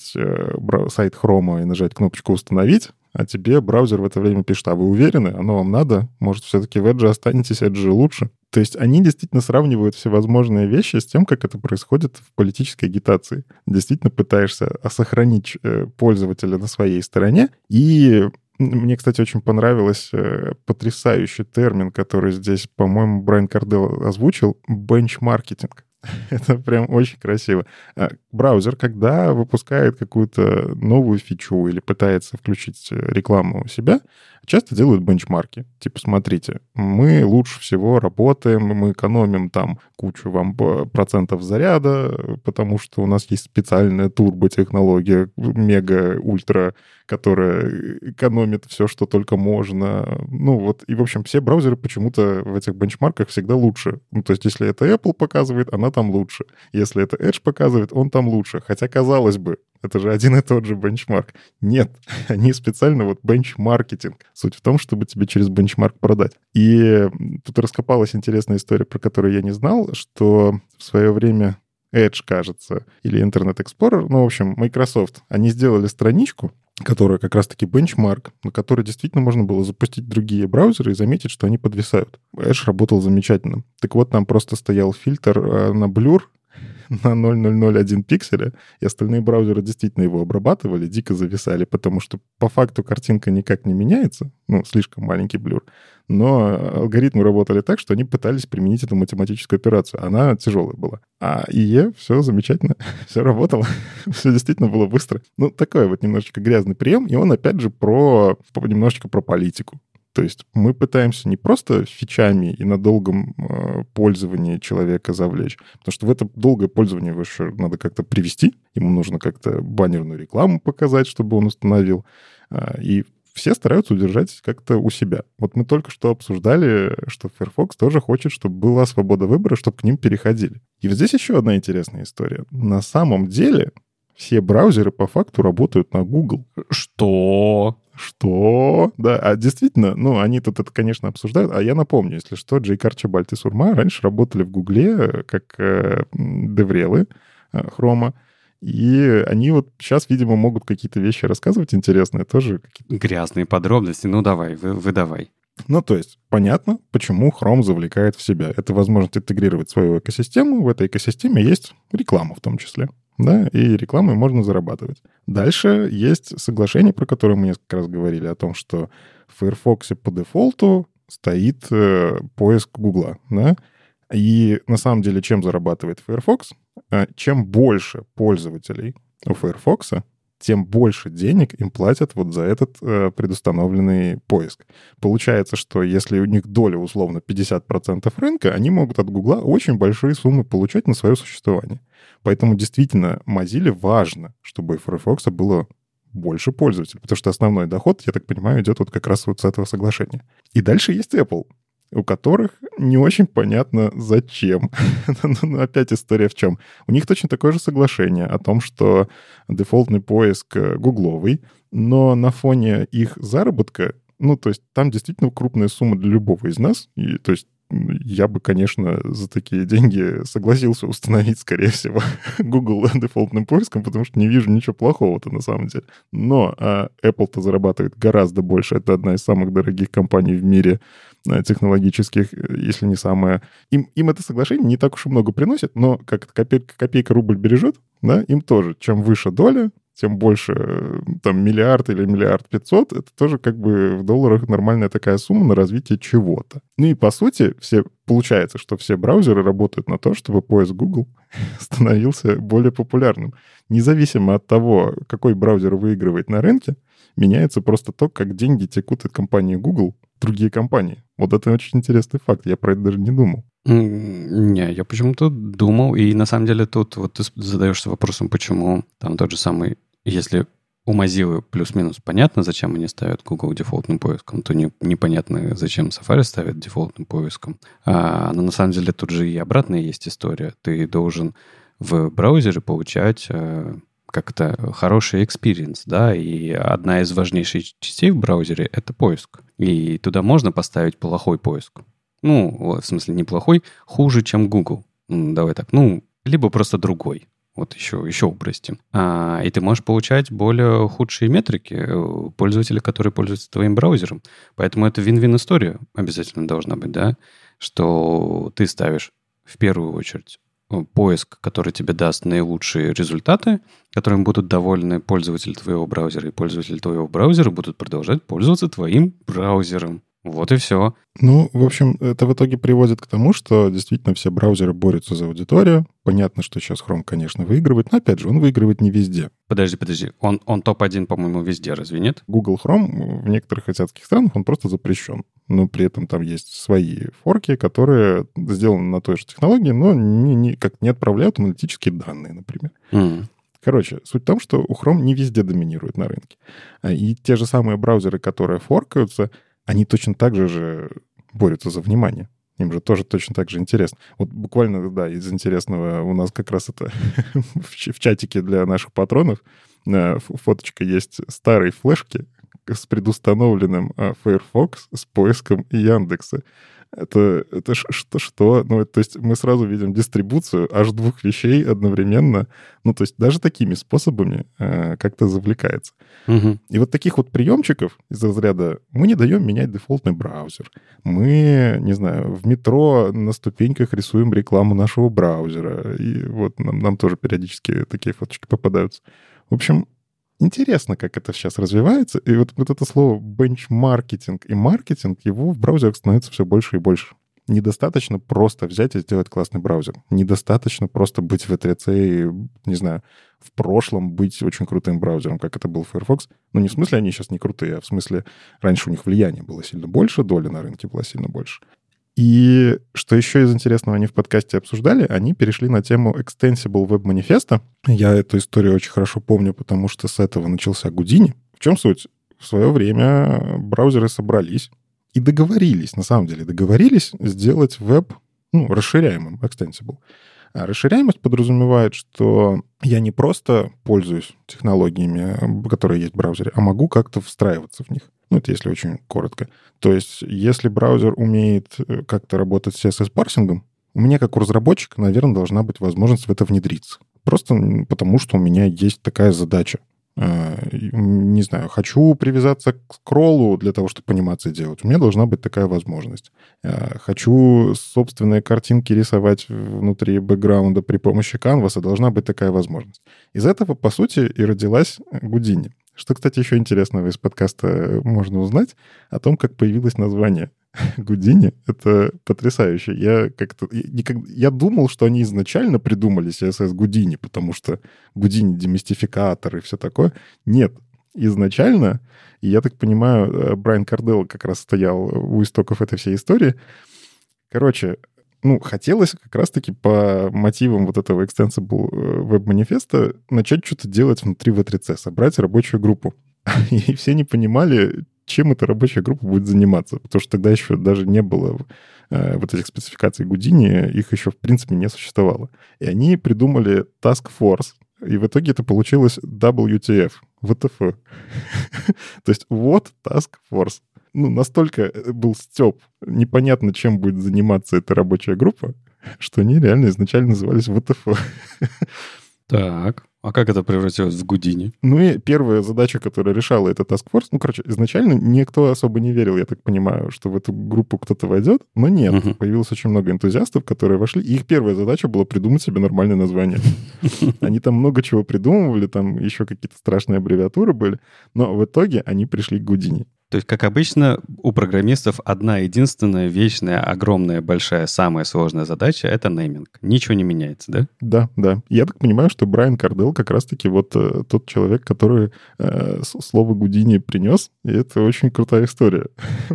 сайт Chrome и нажать кнопочку «Установить», а тебе браузер в это время пишет: а вы уверены? Оно вам надо? Может, все-таки в Edge останетесь, Edge же лучше? То есть они действительно сравнивают всевозможные вещи с тем, как это происходит в политической агитации. Действительно пытаешься сохранить пользователя на своей стороне. И мне, кстати, очень понравился потрясающий термин, который здесь, по-моему, Брайан Кардел озвучил — бенчмаркетинг. Это прям очень красиво. Браузер, когда выпускает какую-то новую фичу или пытается включить рекламу у себя, часто делают бенчмарки. Типа, смотрите, мы лучше всего работаем, мы экономим там кучу вам процентов заряда, потому что у нас есть специальная турботехнология, мега-ультра, которая экономит все, что только можно. Ну вот, и, в общем, все браузеры почему-то в этих бенчмарках всегда лучше. Ну, то есть, если это Apple показывает, она там лучше. Если это Edge показывает, он там лучше. Хотя, казалось бы, это же один и тот же бенчмарк. Нет, они специально вот бенчмаркетинг. Суть в том, чтобы тебе через бенчмарк продать. И тут раскопалась интересная история, про которую я не знал, что в свое время Edge, кажется, или Internet Explorer, ну, в общем, Microsoft, они сделали страничку, которая как раз-таки бенчмарк, на которой действительно можно было запустить другие браузеры и заметить, что они подвисают. Edge работал замечательно. Так вот, там просто стоял фильтр на блюр, на ноль целых ноль ноль один пикселя, и остальные браузеры действительно его обрабатывали, дико зависали, потому что по факту картинка никак не меняется, ну, слишком маленький блюр, но алгоритмы работали так, что они пытались применить эту математическую операцию. Она тяжелая была. А ай и все замечательно, все работало, все действительно было быстро. Ну, такой вот немножечко грязный прием, и он, опять же, про немножечко про политику. То есть мы пытаемся не просто фичами и на долгом э, пользовании человека завлечь, потому что в это долгое пользование его еще надо как-то привести, ему нужно как-то баннерную рекламу показать, чтобы он установил, э, и все стараются удержать как-то у себя. Вот мы только что обсуждали, что Firefox тоже хочет, чтобы была свобода выбора, чтобы к ним переходили. И вот здесь еще одна интересная история. На самом деле все браузеры по факту работают на Google. Что? Что? Да, а действительно, ну, они тут это, конечно, обсуждают. А я напомню, если что, Джейк Арчибальд и Сурма раньше работали в Гугле как э, деврелы э, Хрома. И они вот сейчас, видимо, могут какие-то вещи рассказывать интересные тоже. Грязные подробности. Ну, давай, вы, выдавай. Ну, то есть, понятно, почему Chrome завлекает в себя. Это возможность интегрировать свою экосистему. В этой экосистеме есть реклама в том числе. Да, и рекламой можно зарабатывать. Дальше есть соглашение, про которое мы несколько раз говорили, о том, что в Firefox по дефолту стоит э, поиск Гугла, да, и на самом деле чем зарабатывает Firefox? Э, чем больше пользователей у Firefox, тем больше денег им платят вот за этот э, предустановленный поиск. Получается, что если у них доля условно пятьдесят процентов рынка, они могут от Гугла очень большие суммы получать на свое существование. Поэтому действительно Mozilla важно, чтобы у Firefox было больше пользователей, потому что основной доход, я так понимаю, идет вот как раз вот с этого соглашения. И дальше есть Apple, у которых не очень понятно, зачем. Но опять история в чем? У них точно такое же соглашение о том, что дефолтный поиск гугловый, но на фоне их заработка, ну, то есть там действительно крупная сумма для любого из нас, и, то есть я бы, конечно, за такие деньги согласился установить, скорее всего, Google дефолтным поиском, потому что не вижу ничего плохого-то на самом деле. Но а Apple-то зарабатывает гораздо больше. Это одна из самых дорогих компаний в мире технологических, если не самая. Им, им это соглашение не так уж и много приносит, но как копейка, копейка рубль бережет, да, им тоже. Чем выше доля, тем больше, там, миллиард или миллиард пятьсот, это тоже как бы в долларах нормальная такая сумма на развитие чего-то. Ну и по сути, все, получается, что все браузеры работают на то, чтобы поиск Google становился более популярным. Независимо от того, какой браузер выигрывает на рынке, меняется просто то, как деньги текут от компании Google в другие компании. Вот это очень интересный факт, я про это даже не думал. Не, я почему-то думал, и на самом деле тут вот ты задаешься вопросом, почему там тот же самый, если у Mozilla плюс-минус понятно, зачем они ставят Google дефолтным поиском, то не, непонятно, зачем Safari ставят дефолтным поиском. А, но на самом деле тут же и обратная есть история. Ты должен в браузере получать а, как-то хороший experience, да, и одна из важнейших частей в браузере — это поиск. И туда можно поставить плохой поиск. Ну, в смысле, неплохой, хуже, чем Google. Давай так, ну, либо просто другой. Вот еще, еще упростим. А, и ты можешь получать более худшие метрики пользователя, которые пользуются твоим браузером. Поэтому это вин-вин история обязательно должна быть, да, что ты ставишь в первую очередь поиск, который тебе даст наилучшие результаты, которым будут довольны пользователи твоего браузера, и пользователи твоего браузера будут продолжать пользоваться твоим браузером. Вот и все. Ну, в общем, это в итоге приводит к тому, что действительно все браузеры борются за аудиторию. Понятно, что сейчас Chrome, конечно, выигрывает, но, опять же, он выигрывает не везде. Подожди, подожди. Он, он топ один, по-моему, везде, разве нет? Google Chrome в некоторых азиатских странах, он просто запрещен. Но при этом там есть свои форки, которые сделаны на той же технологии, но не, не, как не отправляют аналитические данные, например. Mm. Короче, суть в том, что у Chrome не везде доминирует на рынке. И те же самые браузеры, которые форкаются, они точно так же, же борются за внимание. Им же тоже точно так же интересно. Вот буквально, да, из интересного у нас как раз это в чатике для наших патронов фоточка есть старой флешки с предустановленным Firefox, с поиском Яндекса. Это, это что-что? Ну, то есть мы сразу видим дистрибуцию аж двух вещей одновременно. Ну, то есть даже такими способами э, как-то завлекается. Угу. И вот таких вот приемчиков из разряда мы не даем менять дефолтный браузер. Мы, не знаю, в метро на ступеньках рисуем рекламу нашего браузера. И вот нам, нам тоже периодически такие фоточки попадаются. В общем, интересно, как это сейчас развивается. И вот, вот это слово бенчмаркетинг и маркетинг, его в браузерах становится все больше и больше. Недостаточно просто взять и сделать классный браузер. Недостаточно просто быть в ви три си и, не знаю, в прошлом быть очень крутым браузером, как это был Firefox. Ну, не в смысле они сейчас не крутые, а в смысле раньше у них влияние было сильно больше, доля на рынке была сильно больше. И что еще из интересного они в подкасте обсуждали, они перешли на тему Extensible Web Manifesto. Я эту историю очень хорошо помню, потому что с этого начался Houdini. В чем суть? В свое время браузеры собрались и договорились, на самом деле договорились сделать веб, ну, расширяемым, Extensible. А расширяемость подразумевает, что я не просто пользуюсь технологиями, которые есть в браузере, а могу как-то встраиваться в них. Ну, это если очень коротко. То есть, если браузер умеет как-то работать с си эс эс-парсингом, у меня, как у разработчика, наверное, должна быть возможность в это внедриться. Просто потому, что у меня есть такая задача. Не знаю, хочу привязаться к скроллу для того, чтобы анимации делать. У меня должна быть такая возможность. Хочу собственные картинки рисовать внутри бэкграунда при помощи Canvas, должна быть такая возможность. Из этого, по сути, и родилась Houdini. Что, кстати, еще интересного из подкаста можно узнать о том, как появилось название Houdini. Это потрясающе. Я как-то я, я думал, что они изначально придумали си эс эс Houdini, потому что Houdini демистификатор и все такое. Нет. Изначально, и я так понимаю, Брайан Карделл как раз стоял у истоков этой всей истории. Короче, ну, хотелось как раз-таки по мотивам вот этого Extensible Web Manifesto начать что-то делать внутри ви три си, собрать рабочую группу. И все не понимали, чем эта рабочая группа будет заниматься, потому что тогда еще даже не было э, вот этих спецификаций Houdini, их еще в принципе не существовало. И они придумали Task Force, и в итоге это получилось дабл ю ти эф, ви ти эф. То есть вот Task Force. Ну, настолько был стёб, непонятно, чем будет заниматься эта рабочая группа, что они реально изначально назывались ви ти эф. Так, А как это превратилось в Гудини? Ну и первая задача, которая решала этот таскфорс, ну, короче, изначально никто особо не верил, я так понимаю, что в эту группу кто-то войдет, но нет, uh-huh. появилось очень много энтузиастов, которые вошли, и их первая задача была придумать себе нормальное название. Они там много чего придумывали, там еще какие-то страшные аббревиатуры были, но в итоге они пришли к Гудини. То есть, как обычно, у программистов одна единственная, вечная, огромная, большая, самая сложная задача — это нейминг. Ничего не меняется, да? Да, да. Я так понимаю, что Брайан Кардел как раз-таки вот э, тот человек, который э, слово Гудини принес, и это очень крутая история.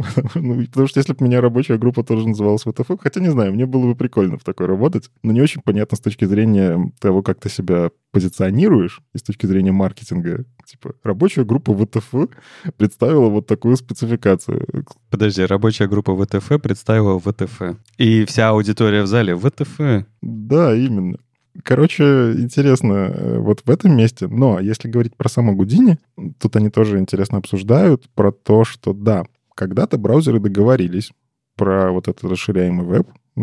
ну, потому что если бы меня рабочая группа тоже называлась вэ тэ эф, хотя не знаю, мне было бы прикольно в такой работать, но не очень понятно с точки зрения того, как ты себя позиционируешь, и с точки зрения маркетинга. Типа, рабочая группа вэ тэ эф представила вот такую спецификацию. Подожди, рабочая группа вэ тэ эф представила вэ тэ эф. И вся аудитория в зале вэ тэ эф. Да, именно. Короче, интересно вот в этом месте. Но если говорить про само Гудини, тут они тоже интересно обсуждают про то, что да, когда-то браузеры договорились про вот этот расширяемый веб,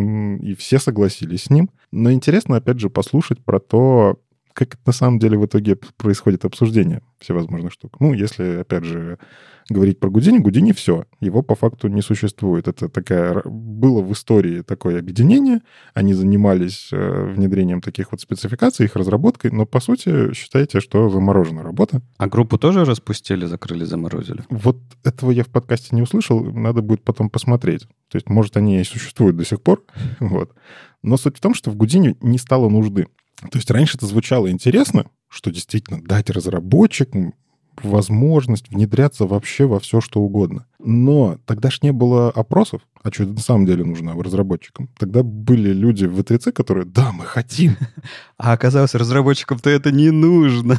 и все согласились с ним. Но интересно, опять же, послушать про то, как на самом деле в итоге происходит обсуждение всевозможных штук. Ну, если, опять же, говорить про Гудини, Гудини все. Его по факту не существует. Это такая... Было в истории такое объединение. Они занимались внедрением таких вот спецификаций, их разработкой, но, по сути, считайте, что заморожена работа. А группу тоже распустили, закрыли, заморозили? Вот этого я в подкасте не услышал. Надо будет потом посмотреть. То есть, может, они и существуют до сих пор. Вот. Но суть в том, что в Гудини не стало нужды. То есть раньше это звучало интересно, что действительно дать разработчикам возможность внедряться вообще во все, что угодно. Но тогда ж не было опросов, а что на самом деле нужно разработчикам. Тогда были люди в вэ три цэ, которые «да, мы хотим». А оказалось, разработчикам-то это не нужно.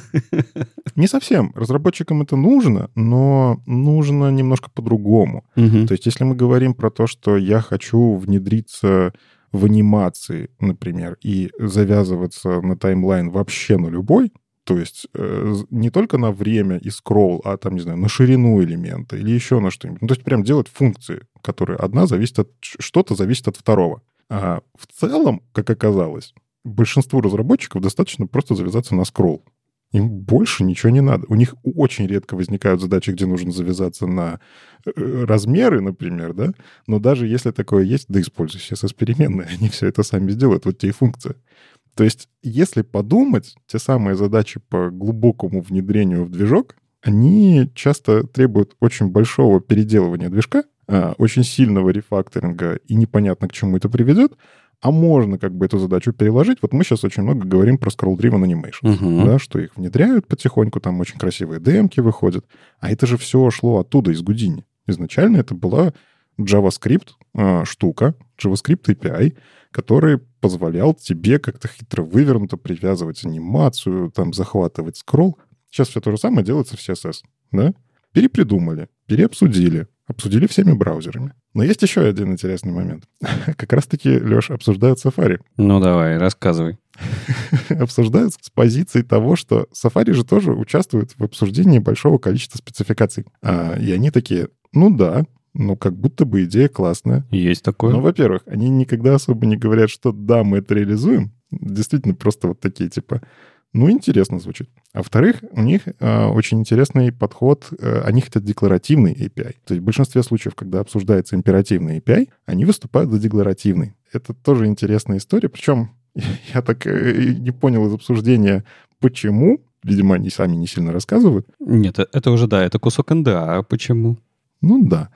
Не совсем. Разработчикам это нужно, но нужно немножко по-другому. Угу. То есть если мы говорим про то, что я хочу внедриться в анимации, например, и завязываться на таймлайн вообще на любой, то есть э, не только на время и скролл, а там, не знаю, на ширину элемента или еще на что-нибудь. Ну, то есть прям делать функции, которые одна зависит от... Что-то зависит от второго. А в целом, как оказалось, большинству разработчиков достаточно просто завязаться на скролл. Им больше ничего не надо. У них очень редко возникают задачи, где нужно завязаться на размеры, например, да? Но даже если такое есть, да используй си эс эс-переменные, они все это сами сделают, вот те и функции. То есть, если подумать, те самые задачи по глубокому внедрению в движок, они часто требуют очень большого переделывания движка, очень сильного рефакторинга, и непонятно, к чему это приведет. А можно как бы эту задачу переложить. Вот мы сейчас очень много говорим про scroll-driven animation, uh-huh. да, что их внедряют потихоньку, там очень красивые ди эм-ки выходят. А это же все шло оттуда, из Гудини. Изначально это была JavaScript э, штука, JavaScript эй пи ай, который позволял тебе как-то хитро вывернуто привязывать анимацию, там, захватывать скролл. Сейчас все то же самое делается в си эс эс, да? Перепридумали, переобсудили, обсудили всеми браузерами. Но есть еще один интересный момент. Как раз-таки, Леш, обсуждают Safari. Ну давай, рассказывай. Обсуждают с позиции того, что Safari же тоже участвует в обсуждении большого количества спецификаций. А, и они такие, ну да, ну как будто бы идея классная. Есть такое. Ну, во-первых, они никогда особо не говорят, что да, мы это реализуем. Действительно, просто вот такие типа... Ну, интересно звучит. А во-вторых, у них э, очень интересный подход. Э, они хотят декларативный эй пи ай. То есть в большинстве случаев, когда обсуждается императивный эй пи ай, они выступают за декларативный. Это тоже интересная история. Причем я так э, не понял из обсуждения, почему. Видимо, они сами не сильно рассказывают. Нет, это уже, да, это кусок эн ди эй. А почему? Ну, да.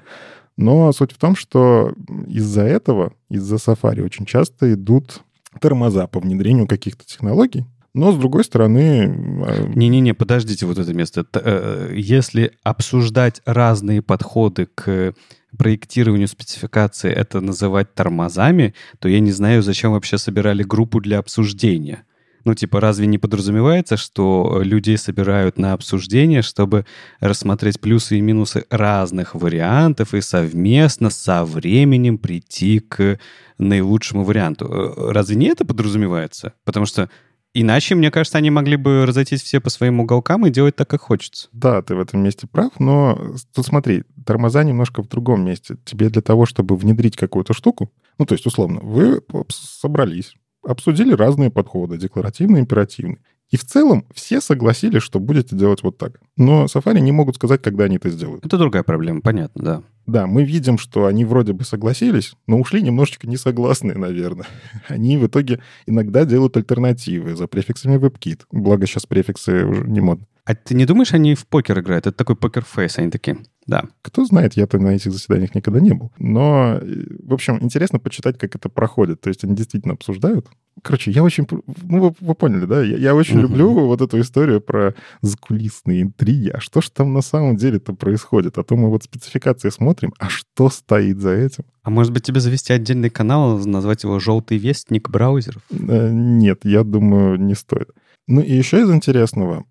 Но суть в том, что из-за этого, из-за Safari очень часто идут тормоза по внедрению каких-то технологий. Но, с другой стороны... Не-не-не, подождите вот это место. Если обсуждать разные подходы к проектированию спецификации, это называть тормозами, то я не знаю, зачем вообще собирали группу для обсуждения. Ну, типа, разве не подразумевается, что людей собирают на обсуждение, чтобы рассмотреть плюсы и минусы разных вариантов и совместно со временем прийти к наилучшему варианту? Разве не это подразумевается? Потому что иначе, мне кажется, они могли бы разойтись все по своим уголкам и делать так, как хочется. Да, ты в этом месте прав, но тут смотри, тормоза немножко в другом месте. Тебе для того, чтобы внедрить какую-то штуку, ну, то есть, условно, вы собрались, обсудили разные подходы, декларативный, императивный. И в целом все согласились, что будете делать вот так. Но Safari не могут сказать, когда они это сделают. Это другая проблема, понятно, да. Да, мы видим, что они вроде бы согласились, но ушли немножечко несогласные, наверное. Они в итоге иногда делают альтернативы за префиксами WebKit. Благо сейчас префиксы уже не модны. А ты не думаешь, они в покер играют? Это такой покер-фейс, они такие, да. Кто знает, я-то на этих заседаниях никогда не был. Но, в общем, интересно почитать, как это проходит. То есть они действительно обсуждают. Короче, я очень... Ну, вы, вы поняли, да? Я, я очень uh-huh. люблю вот эту историю про закулисные интриги. А что ж там на самом деле-то происходит? А то мы вот спецификации смотрим, а что стоит за этим? А может быть, тебе завести отдельный канал, назвать его «Желтый вестник браузеров»? Нет, я думаю, не стоит. Ну и еще из интересного,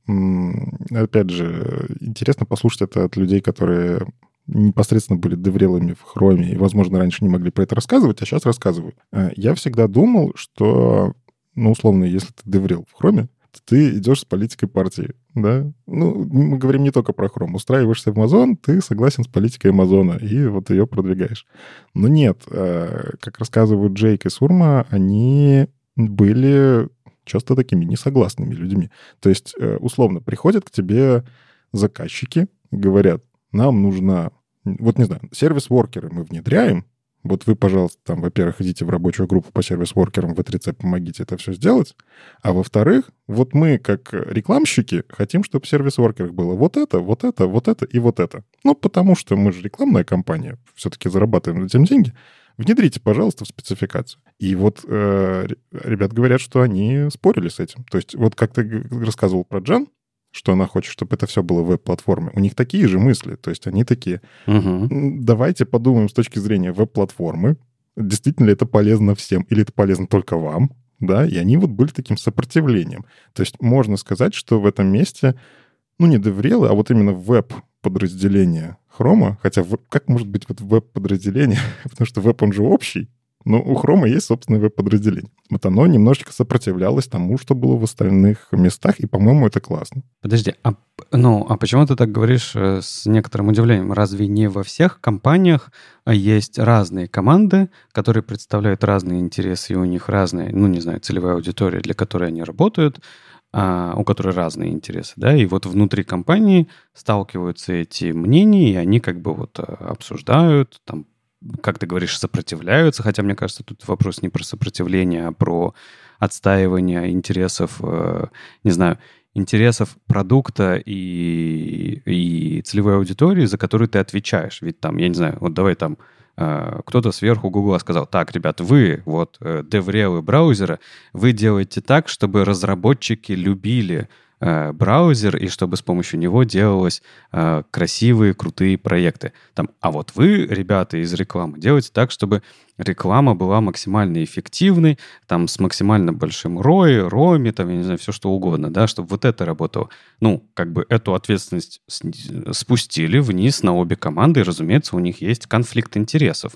опять же, интересно послушать это от людей, которые непосредственно были деврелами в Хроме и, возможно, раньше не могли про это рассказывать, а сейчас рассказывают. Я всегда думал, что, ну, условно, если ты деврел в Хроме, то ты идешь с политикой партии, да? Ну, мы говорим не только про Chrome. Устраиваешься в Amazon, ты согласен с политикой Амазона, и вот ее продвигаешь. Но нет, как рассказывают Джейк и Сурма, они были... часто такими несогласными людьми. То есть, условно, приходят к тебе заказчики, говорят, нам нужно, вот не знаю, сервис-воркеры мы внедряем, вот вы, пожалуйста, там, во-первых, идите в рабочую группу по сервис-воркерам, в три-цэ помогите это все сделать, а во-вторых, вот мы, как рекламщики, хотим, чтобы в сервис-воркерах было вот это, вот это, вот это и вот это. Ну, потому что мы же рекламная компания, все-таки зарабатываем на этим деньги. Внедрите, пожалуйста, в спецификацию. И вот э, ребят говорят, что они спорили с этим. То есть вот как ты рассказывал про Джан, что она хочет, чтобы это все было в веб-платформе, у них такие же мысли. То есть они такие, угу. давайте подумаем с точки зрения веб-платформы, действительно ли это полезно всем или это полезно только вам, да, и они вот были таким сопротивлением. То есть можно сказать, что в этом месте, ну, не деврелы, а вот именно веб-подразделение Хрома, хотя веб, как может быть вот веб-подразделение, потому что веб, он же общий, но у Хрома есть собственное веб-подразделение. Вот оно немножечко сопротивлялось тому, что было в остальных местах, и, по-моему, это классно. Подожди, а, ну, а почему ты так говоришь с некоторым удивлением? Разве не во всех компаниях есть разные команды, которые представляют разные интересы, и у них разные, ну, не знаю, целевая аудитория, для которой они работают, а, у которой разные интересы, да, и вот внутри компании сталкиваются эти мнения, и они как бы вот обсуждают, там, как ты говоришь, сопротивляются, хотя, мне кажется, тут вопрос не про сопротивление, а про отстаивание интересов, э, не знаю, интересов продукта и, и целевой аудитории, за которую ты отвечаешь. Ведь там, я не знаю, вот давай там э, кто-то сверху Гугла сказал, так, ребят, вы, вот, э, деврелы браузера, вы делаете так, чтобы разработчики любили браузер, и чтобы с помощью него делалось э, красивые, крутые проекты. Там, а вот вы, ребята из рекламы, делаете так, чтобы реклама была максимально эффективной, там, с максимально большим рой, роми, там, я не знаю, все что угодно, да, чтобы вот это работало. Ну, как бы эту ответственность спустили вниз на обе команды, и, разумеется, у них есть конфликт интересов.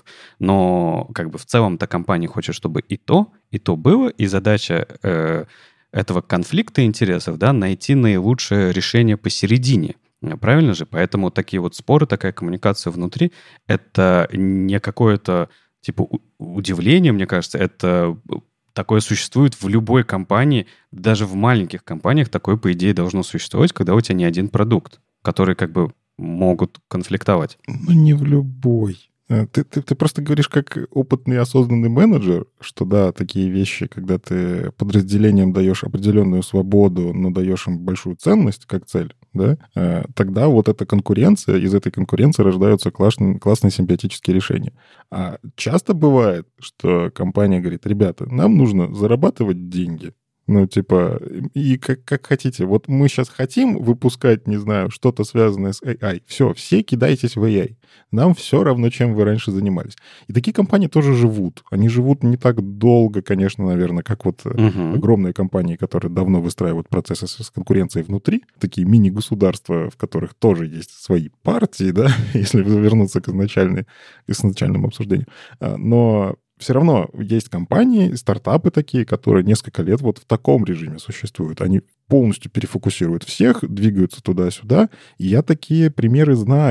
Но, как бы, в целом-то компания хочет, чтобы и то, и то было, и задача... Э, этого конфликта интересов, да, найти наилучшее решение посередине. Правильно же? Поэтому такие вот споры, такая коммуникация внутри, это не какое-то, типа, удивление, мне кажется, это такое существует в любой компании, даже в маленьких компаниях такое, по идее, должно существовать, когда у тебя не один продукт, который как бы могут конфликтовать. Ну, не в любой. Ты, ты, ты просто говоришь как опытный осознанный менеджер, что да, такие вещи, когда ты подразделениям даешь определенную свободу, но даешь им большую ценность как цель, да, тогда вот эта конкуренция, из этой конкуренции рождаются классные, классные симбиотические решения. А часто бывает, что компания говорит, ребята, нам нужно зарабатывать деньги. Ну, типа, и как, как хотите. Вот мы сейчас хотим выпускать, не знаю, что-то связанное с эй ай. Все, все кидайтесь в эй ай. Нам все равно, чем вы раньше занимались. И такие компании тоже живут. Они живут не так долго, конечно, наверное, как вот uh-huh. огромные компании, которые давно выстраивают процессы с конкуренцией внутри. Такие мини-государства, в которых тоже есть свои партии, да, если вернуться к изначальной, к изначальному обсуждению. Но... все равно есть компании, стартапы такие, которые несколько лет вот в таком режиме существуют. Они полностью перефокусируют всех, двигаются туда-сюда. И я такие примеры знаю.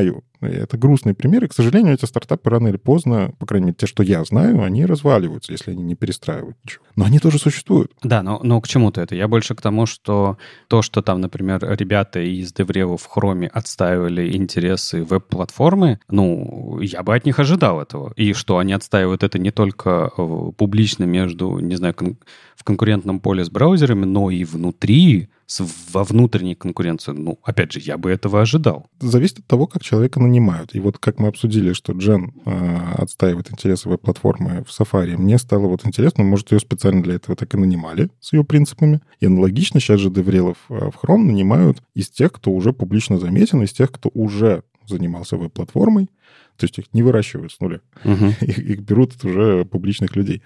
Это грустный пример, и, к сожалению, эти стартапы рано или поздно, по крайней мере, те, что я знаю, они разваливаются, если они не перестраивают ничего. Но они тоже существуют. Да, но, но к чему-то это? Я больше к тому, что то, что там, например, ребята из DevRev в Chrome отстаивали интересы веб-платформы, ну, я бы от них ожидал этого. И что они отстаивают это не только публично между, не знаю, кон- в конкурентном поле с браузерами, но и внутри, с, во внутренней конкуренции. Ну, опять же, я бы этого ожидал. Зависит от того, как человека нанимают. И вот как мы обсудили, что Джен э, отстаивает интересы веб-платформы в Safari, мне стало вот интересно, может, ее специально для этого так и нанимали с ее принципами. И аналогично сейчас же деврелов в Chrome нанимают из тех, кто уже публично заметен, из тех, кто уже занимался веб-платформой. То есть их не выращивают с нуля. Uh-huh. Их, их берут уже публичных людей.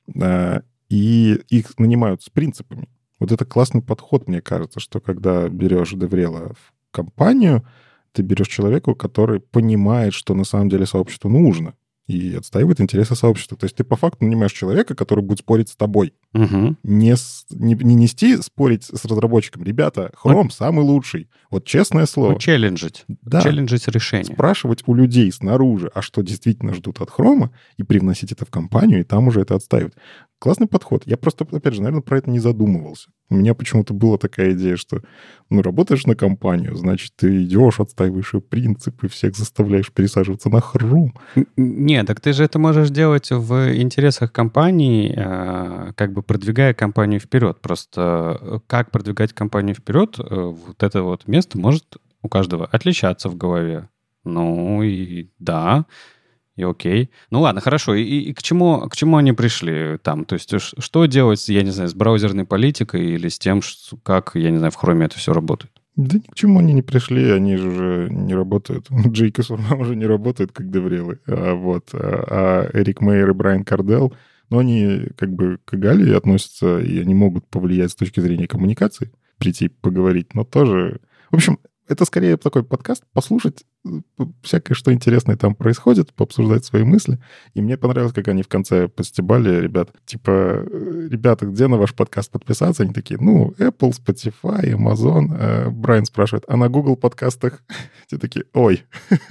А, и их нанимают с принципами. Вот это классный подход, мне кажется, что когда берешь деврела в компанию, ты берешь человека, который понимает, что на самом деле сообществу нужно, и отстаивает интересы сообщества. То есть ты по факту нанимаешь человека, который будет спорить с тобой. Угу. Не, с, не, не нести спорить с разработчиком. Ребята, Chrome ну, самый лучший. Вот честное слово. Ну, челленджить. Да. Челленджить решение. Спрашивать у людей снаружи, а что действительно ждут от Chrome, и привносить это в компанию, и там уже это отстаивать. Классный подход. Я просто, опять же, наверное, про это не задумывался. У меня почему-то была такая идея, что, ну, работаешь на компанию, значит, ты идешь, отстаиваешь ее принципы, всех заставляешь пересаживаться на Chrome. Нет, так ты же это можешь делать в интересах компании, как бы продвигая компанию вперед. Просто как продвигать компанию вперед, вот это вот место может у каждого отличаться в голове. Ну и да, и окей. Ну ладно, хорошо. И, и к чему, к чему они пришли там? То есть что делать, я не знаю, с браузерной политикой или с тем, что, как, я не знаю, в Chrome это все работает? Да ни к чему они не пришли, они же уже не работают. Джейк и Сурма уже не работают как деврелы. А вот а Эрик Мейер и Брайан Кардел, ну, они как бы к Галии относятся, и они могут повлиять с точки зрения коммуникации, прийти поговорить, но тоже... В общем, это скорее такой подкаст, послушать всякое, что интересное там происходит, пообсуждать свои мысли. И мне понравилось, как они в конце постебали, ребят. Типа, ребята, где на ваш подкаст подписаться? Они такие, ну, Apple, Spotify, Amazon. Брайан спрашивает, а на Google подкастах? Те такие, ой,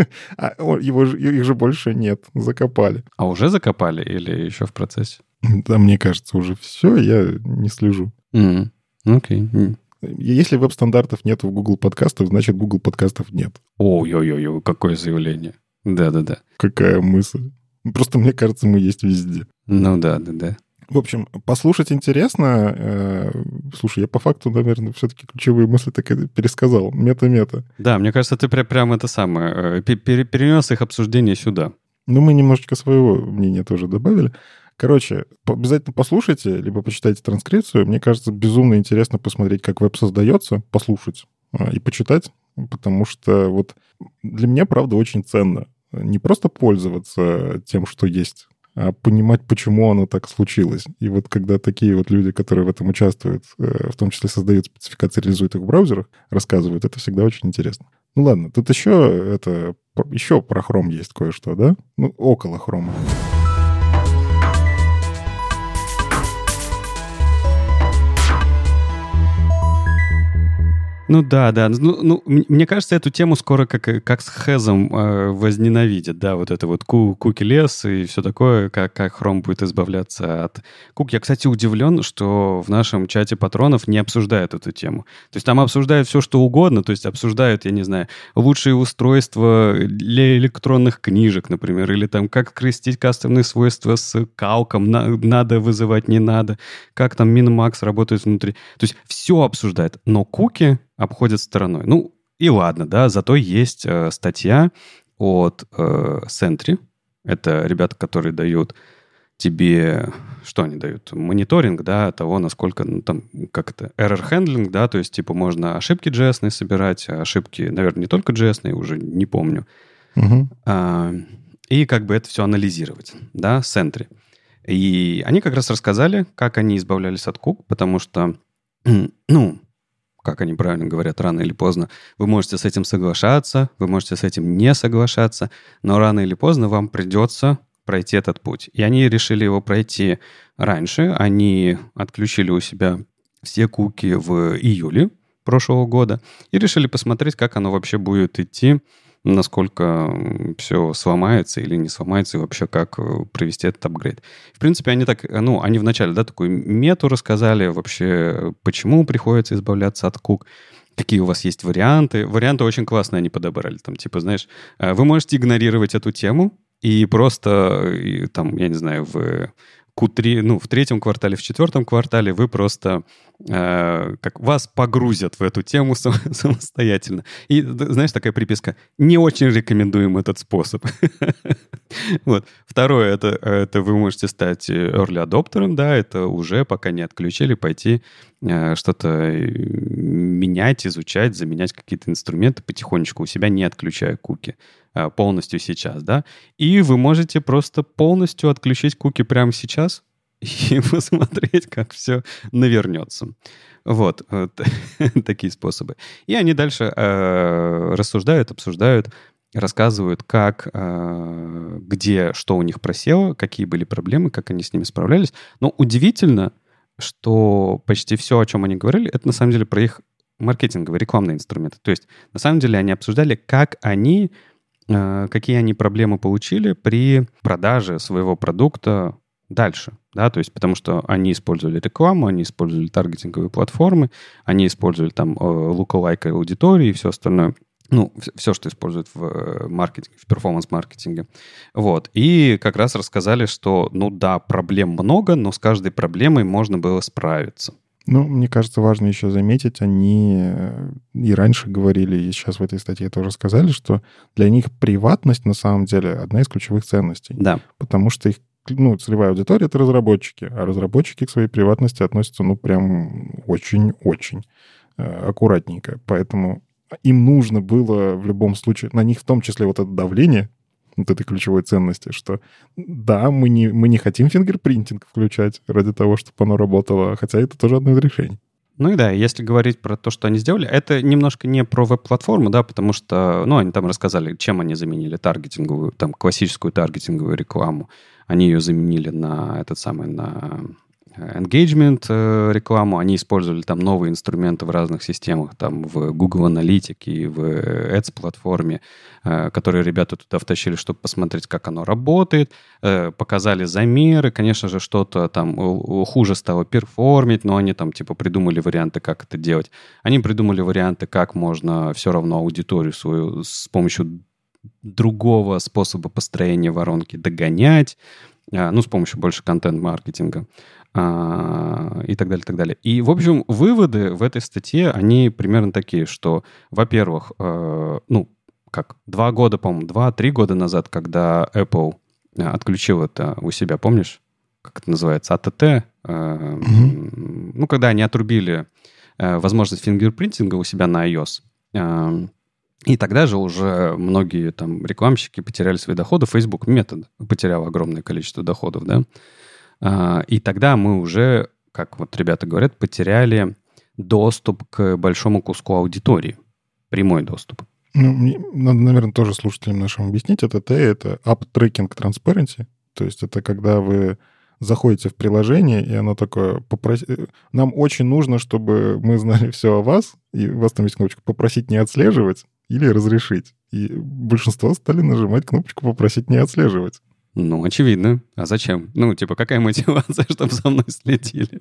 а его, их же больше нет, закопали. А уже закопали или еще в процессе? Да, мне кажется, уже все, я не слежу. Mm-hmm. Окей. Okay. Если веб-стандартов нет в Google подкастах, значит, Google подкастов нет. Ой-ой-ой, какое заявление. Да-да-да. Какая мысль. Просто, мне кажется, мы есть везде. Ну да-да-да. В общем, послушать интересно. Слушай, я по факту, наверное, все-таки ключевые мысли так и пересказал. Мета-мета. Да, мне кажется, ты прям это самое, перенес их обсуждение сюда. Ну, мы немножечко своего мнения тоже добавили. Короче, обязательно послушайте, либо почитайте транскрипцию. Мне кажется, безумно интересно посмотреть, как веб создается, послушать и почитать, потому что вот для меня, правда, очень ценно не просто пользоваться тем, что есть, а понимать, почему оно так случилось. И вот когда такие вот люди, которые в этом участвуют, в том числе создают спецификации, реализуют их в браузерах, рассказывают, это всегда очень интересно. Ну ладно, тут еще, это, еще про Chrome есть кое-что, да? Ну, около Chrome. Ну да, да. Ну, ну, мне кажется, эту тему скоро как, как с Хэзом э, возненавидят, да, вот это вот куки-лес и все такое, как, как Chrome будет избавляться от куки. Я, кстати, удивлен, что в нашем чате патронов не обсуждают эту тему. То есть там обсуждают все, что угодно, то есть обсуждают, я не знаю, лучшие устройства для электронных книжек, например, или там как крестить кастомные свойства с калком, на, надо вызывать, не надо, как там min-max работает внутри. То есть все обсуждают, но куки обходят стороной. Ну, и ладно, да, зато есть э, статья от э, Sentry. Это ребята, которые дают тебе... Что они дают? Мониторинг, да, того, насколько, ну, там, как это, error handling, да, то есть, типа, можно ошибки джей эс-ные собирать, а ошибки, наверное, не только джей эс-ные, уже не помню. Угу. А, и как бы это все анализировать, да, Sentry. И они как раз рассказали, как они избавлялись от кук, потому что, ну... как они правильно говорят, рано или поздно, вы можете с этим соглашаться, вы можете с этим не соглашаться, но рано или поздно вам придется пройти этот путь. И они решили его пройти раньше. Они отключили у себя все куки в июле прошлого года и решили посмотреть, как оно вообще будет идти насколько все сломается или не сломается, и вообще как провести этот апгрейд. В принципе, они так, ну, они вначале, да, такую мету рассказали вообще, почему приходится избавляться от кук, какие у вас есть варианты. Варианты очень классные они подобрали. Там, типа, знаешь, вы можете игнорировать эту тему и просто, и, там, я не знаю, в кью три, ну, в третьем квартале, в четвертом квартале вы просто, э, как вас погрузят в эту тему сам, самостоятельно. И, знаешь, такая приписка: не очень рекомендуем этот способ. Вот. Второе, это, это вы можете стать early adopter'ом, да, это уже пока не отключили, пойти э, что-то менять, изучать, заменять какие-то инструменты потихонечку у себя, не отключая куки э, полностью сейчас, да. И вы можете просто полностью отключить куки прямо сейчас и посмотреть, как все навернется. Вот, вот такие способы. И они дальше э, рассуждают, обсуждают, рассказывают, как, э, где, что у них просело, какие были проблемы, как они с ними справлялись. Но удивительно, что почти все, о чем они говорили, это на самом деле про их маркетинговые, рекламные инструменты. То есть на самом деле они обсуждали, как они, э, какие они проблемы получили при продаже своего продукта дальше, да, то есть потому что они использовали рекламу, они использовали таргетинговые платформы, они использовали там lookalike аудитории и все остальное. Ну, все, что используют в маркетинге, в перформанс-маркетинге. Вот. И как раз рассказали, что, ну да, проблем много, но с каждой проблемой можно было справиться. Ну, мне кажется, важно еще заметить, они и раньше говорили, и сейчас в этой статье тоже сказали, что для них приватность на самом деле одна из ключевых ценностей. Да. Потому что их, ну, целевая аудитория — это разработчики, а разработчики к своей приватности относятся, ну, прям очень-очень аккуратненько. Поэтому им нужно было в любом случае, на них в том числе вот это давление, вот этой ключевой ценности, что да, мы не, мы не хотим фингерпринтинг включать ради того, чтобы оно работало, хотя это тоже одно из решений. Ну и да, если говорить про то, что они сделали, это немножко не про веб-платформу, да, потому что, ну, они там рассказали, чем они заменили таргетинговую, там, классическую таргетинговую рекламу. Они ее заменили на этот самый, на engagement рекламу. Они использовали там новые инструменты в разных системах, там в Google Analytics и в Ads-платформе, которые ребята туда втащили, чтобы посмотреть, как оно работает. Показали замеры. Конечно же, что-то там хуже стало перформить, но они там типа придумали варианты, как это делать. Они придумали варианты, как можно все равно аудиторию свою с помощью другого способа построения воронки догонять, ну, с помощью больше контент-маркетинга. И так далее, и так далее. И, в общем, выводы в этой статье, они примерно такие, что, во-первых, ну, как, два года, по-моему, два-три года назад, когда Apple отключил это у себя, помнишь, как это называется, эй ти ти, mm-hmm. ну, когда они отрубили возможность фингерпринтинга у себя на iOS, и тогда же уже многие там рекламщики потеряли свои доходы, Facebook Meta потерял огромное количество доходов, да, и тогда мы уже, как вот ребята говорят, потеряли доступ к большому куску аудитории. Прямой доступ. Ну, мне надо, наверное, тоже слушателям нашим объяснить. эй ти ти — это App Tracking Transparency. То есть это когда вы заходите в приложение, и оно такое... Попроси... Нам очень нужно, чтобы мы знали все о вас, и у вас там есть кнопочка «Попросить не отслеживать» или «Разрешить». И большинство стали нажимать кнопочку «Попросить не отслеживать». Ну, очевидно. А зачем? Ну, типа, какая мотивация, чтобы за мной следили?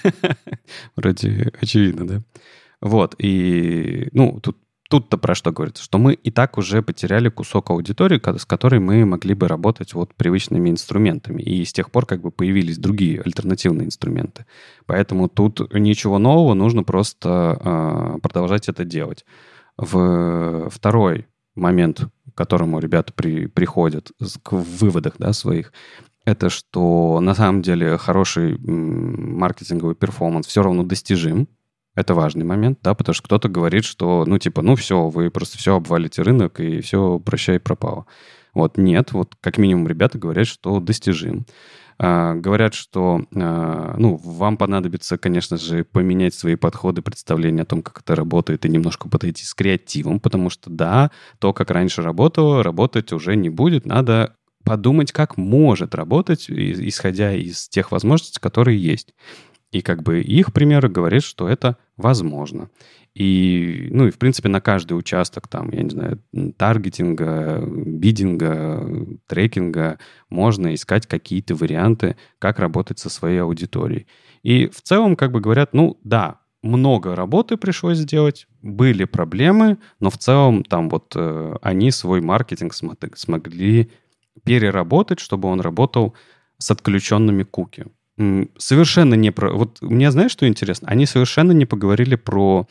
Вроде очевидно, да? Вот, и, ну, тут, тут-то про что говорится? Что мы и так уже потеряли кусок аудитории, с которой мы могли бы работать вот привычными инструментами. И с тех пор как бы появились другие альтернативные инструменты. Поэтому тут ничего нового, нужно просто э, продолжать это делать. В второй момент, к которому ребята при, приходят к выводах, да, своих, это что на самом деле хороший м, маркетинговый перформанс все равно достижим. Это важный момент, да, потому что кто-то говорит, что, ну, типа, ну, все, вы просто все обвалите рынок, и все, прощай, пропало. Вот, нет, вот как минимум ребята говорят, что достижим. А, говорят, что, а, ну, вам понадобится, конечно же, поменять свои подходы, представления о том, как это работает, и немножко подойти с креативом, потому что, да, то, как раньше работало, работать уже не будет. Надо подумать, как может работать, исходя из тех возможностей, которые есть. И как бы их пример говорит, что это возможно. И, ну, и, в принципе, на каждый участок, там, я не знаю, таргетинга, бидинга, трекинга можно искать какие-то варианты, как работать со своей аудиторией. И в целом, как бы говорят, ну, да, много работы пришлось сделать, были проблемы, но в целом там вот э, они свой маркетинг смо- смогли переработать, чтобы он работал с отключенными куки. Совершенно не про... Вот мне, знаешь, что интересно? Они совершенно не поговорили про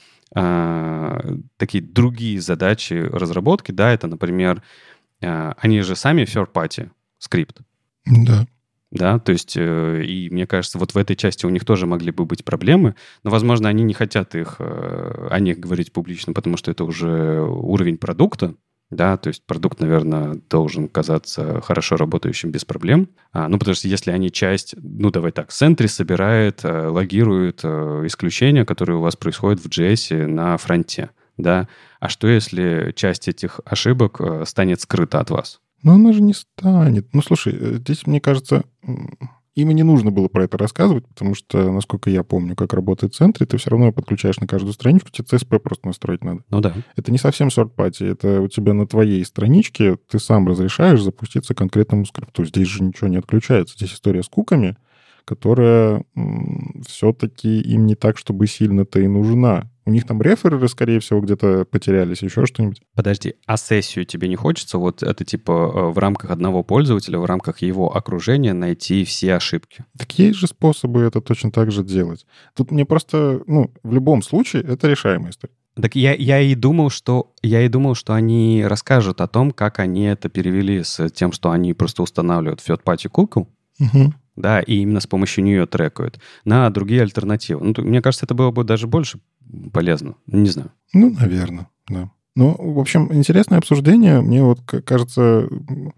э, такие другие задачи разработки. Да, это, например, э, они же сами third-party скрипт. Да. Да, то есть, э, и мне кажется, вот в этой части у них тоже могли бы быть проблемы, но, возможно, они не хотят их, э, о них говорить публично, потому что это уже уровень продукта. Да, то есть продукт, наверное, должен казаться хорошо работающим без проблем. А, ну, потому что если они часть, ну, давай так, Sentry собирает, э, логирует э, исключения, которые у вас происходят в джей эс на фронте, да. А что, если часть этих ошибок э, станет скрыта от вас? Но она же не станет. Ну, слушай, здесь, мне кажется, им и не нужно было про это рассказывать, потому что, насколько я помню, как работает Sentry, ты все равно подключаешь на каждую страничку, тебе си эс пи просто настроить надо. Ну да. Это не совсем third-party, это у тебя на твоей страничке ты сам разрешаешь запуститься конкретному скрипту. Здесь же ничего не отключается. Здесь история с куками, которая м, все-таки им не так, чтобы сильно-то и нужна. У них там рефереры, скорее всего, где-то потерялись, еще что-нибудь. Подожди, а сессию тебе не хочется? Вот это типа в рамках одного пользователя, в рамках его окружения найти все ошибки? Так есть же способы это точно так же делать. Тут мне просто, ну, в любом случае, это решаемая история. Так я, я и думал, что я и думал, что они расскажут о том, как они это перевели с тем, что они просто устанавливают third-party cookie, Угу. да, и именно с помощью нее трекают, на другие альтернативы. Ну, мне кажется, это было бы даже больше полезно. Не знаю. Ну, наверное, да. Ну, в общем, интересное обсуждение. Мне вот кажется,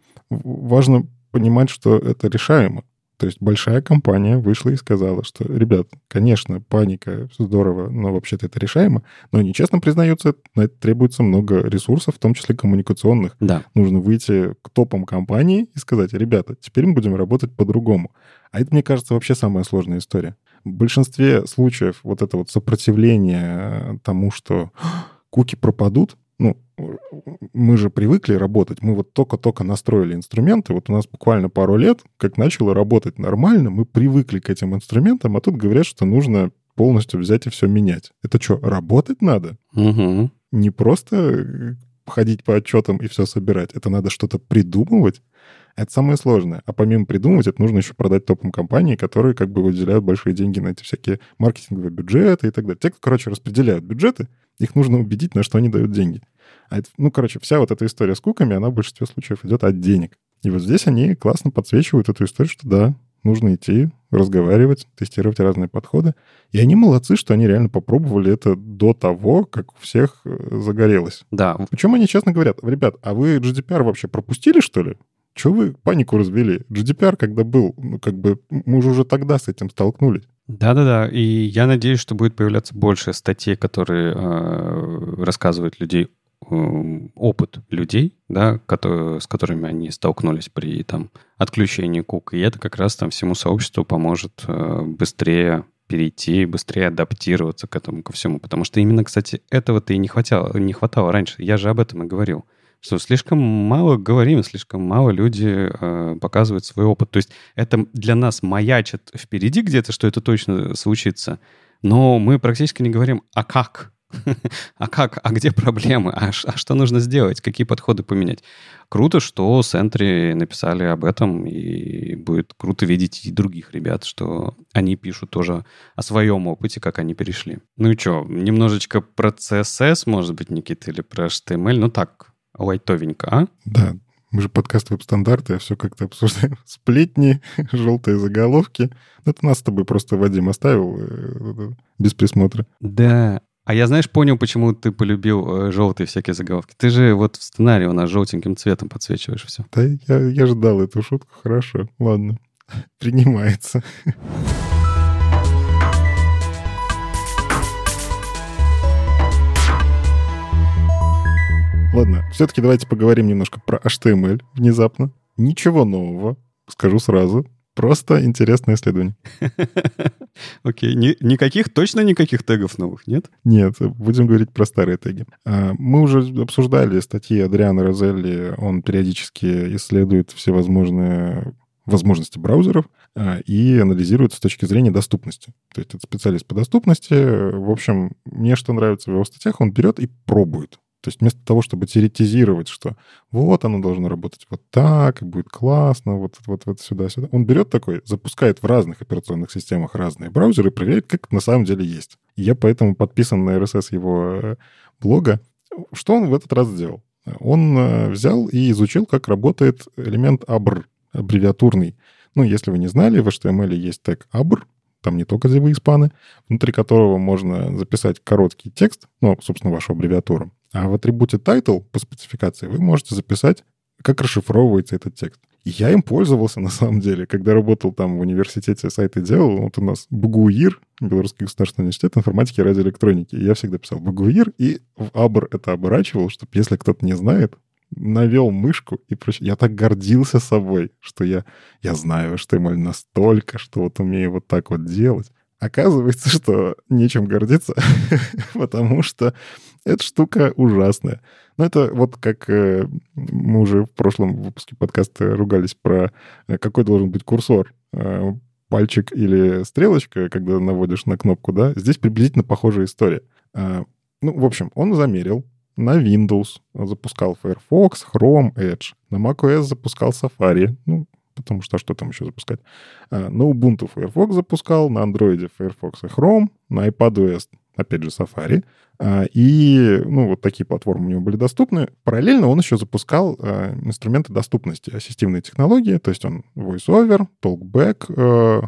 важно понимать, что это решаемо. То есть большая компания вышла и сказала, что, ребят, конечно, паника, все здорово, но вообще-то это решаемо. Но они честно признаются, на это требуется много ресурсов, в том числе коммуникационных. Да. Нужно выйти к топам компании и сказать, ребята, теперь мы будем работать по-другому. А это, мне кажется, вообще самая сложная история. В большинстве случаев вот это вот сопротивление тому, что куки пропадут, ну, мы же привыкли работать, мы вот только-только настроили инструменты, вот у нас буквально пару лет, как начало работать нормально, мы привыкли к этим инструментам, а тут говорят, что нужно полностью взять и все менять. Это что, работать надо? Угу. Не просто ходить по отчетам и все собирать, это надо что-то придумывать. Это самое сложное. А помимо придумывать, это нужно еще продать топам компании, которые как бы выделяют большие деньги на эти всякие маркетинговые бюджеты и так далее. Те, кто, короче, распределяют бюджеты, их нужно убедить, на что они дают деньги. А это, ну, короче, вся вот эта история с куками, она в большинстве случаев идет от денег. И вот здесь они классно подсвечивают эту историю, что да, нужно идти, разговаривать, тестировать разные подходы. И они молодцы, что они реально попробовали это до того, как у всех загорелось. Да. Причем они честно говорят, ребят, а вы джи ди пи ар вообще пропустили, что ли? Чего вы панику развели? джи ди пи ар, когда был, ну, как бы, мы же уже тогда с этим столкнулись. Да-да-да, и я надеюсь, что будет появляться больше статей, которые э, рассказывают людей, э, опыт людей, да, которые, с которыми они столкнулись при там, отключении кук. И это как раз там всему сообществу поможет э, быстрее перейти, быстрее адаптироваться к этому, ко всему. Потому что именно, кстати, этого-то и не хватало, не хватало раньше. Я же об этом и говорил. Что слишком мало говорим, слишком мало люди э, показывают свой опыт. То есть это для нас маячит впереди где-то, что это точно случится, но мы практически не говорим, а как? А как? А где проблемы? А, а что нужно сделать? Какие подходы поменять? Круто, что Sentry написали об этом, и будет круто видеть и других ребят, что они пишут тоже о своем опыте, как они перешли. Ну и что, немножечко про си эс эс, может быть, Никита, или про эйч ти эм эль, ну так, лайтовенько, а? Да, мы же подкаст веб-стандарты, а все как-то обсуждаем. Сплетни, желтые заголовки. Это нас с тобой просто Вадим оставил э, без присмотра. Да. А я, знаешь, понял, почему ты полюбил э, желтые всякие заголовки. Ты же вот в сценарии у нас желтеньким цветом подсвечиваешь все. Да, я, я ждал эту шутку. Хорошо, ладно. Принимается. Ладно, все-таки давайте поговорим немножко про эйч ти эм эль внезапно. Ничего нового, скажу сразу. Просто интересное исследование. Окей. Никаких, точно никаких тегов новых, нет? Нет, будем говорить про старые теги. Мы уже обсуждали статьи Адриано Розелли. Он периодически исследует всевозможные возможности браузеров и анализирует с точки зрения доступности. То есть это специалист по доступности. В общем, мне что нравится в его статьях, он берет и пробует. То есть вместо того, чтобы теоретизировать, что вот оно должно работать вот так, и будет классно, вот, вот, вот сюда-сюда, он берет такой, запускает в разных операционных системах разные браузеры и проверяет, как это на самом деле есть. И я поэтому подписан на эр эс эс его блога. Что он в этот раз сделал? Он взял и изучил, как работает элемент абр, аббревиатурный. Ну, если вы не знали, в эйч ти эм эль есть тег абр, там не только div-испаны, внутри которого можно записать короткий текст, ну, собственно, вашу аббревиатуру. А в атрибуте title по спецификации вы можете записать, как расшифровывается этот текст. И я им пользовался, на самом деле, когда работал там в университете, сайты делал. Вот у нас БГУИР, Белорусский государственный университет информатики и радиоэлектроники. И я всегда писал БГУИР и в абр это оборачивал, чтобы, если кто-то не знает, навел мышку и прочее. Я так гордился собой, что я, я знаю эйч ти эм эль настолько, что вот умею вот так вот делать. Оказывается, что нечем гордиться, потому что эта штука ужасная. Но это вот как э, мы уже в прошлом выпуске подкаста ругались про э, какой должен быть курсор. Э, пальчик или стрелочка, когда наводишь на кнопку, да? Здесь приблизительно похожая история. Э, ну, в общем, он замерил. На Windows запускал Firefox, Chrome, Edge. На macOS запускал Safari. Ну, потому что что там еще запускать? На Ubuntu Firefox запускал, на Android Firefox и Chrome, на iPadOS, опять же, Safari. И, ну, вот такие платформы у него были доступны. Параллельно он еще запускал инструменты доступности, ассистивные технологии, то есть он VoiceOver, Talkback,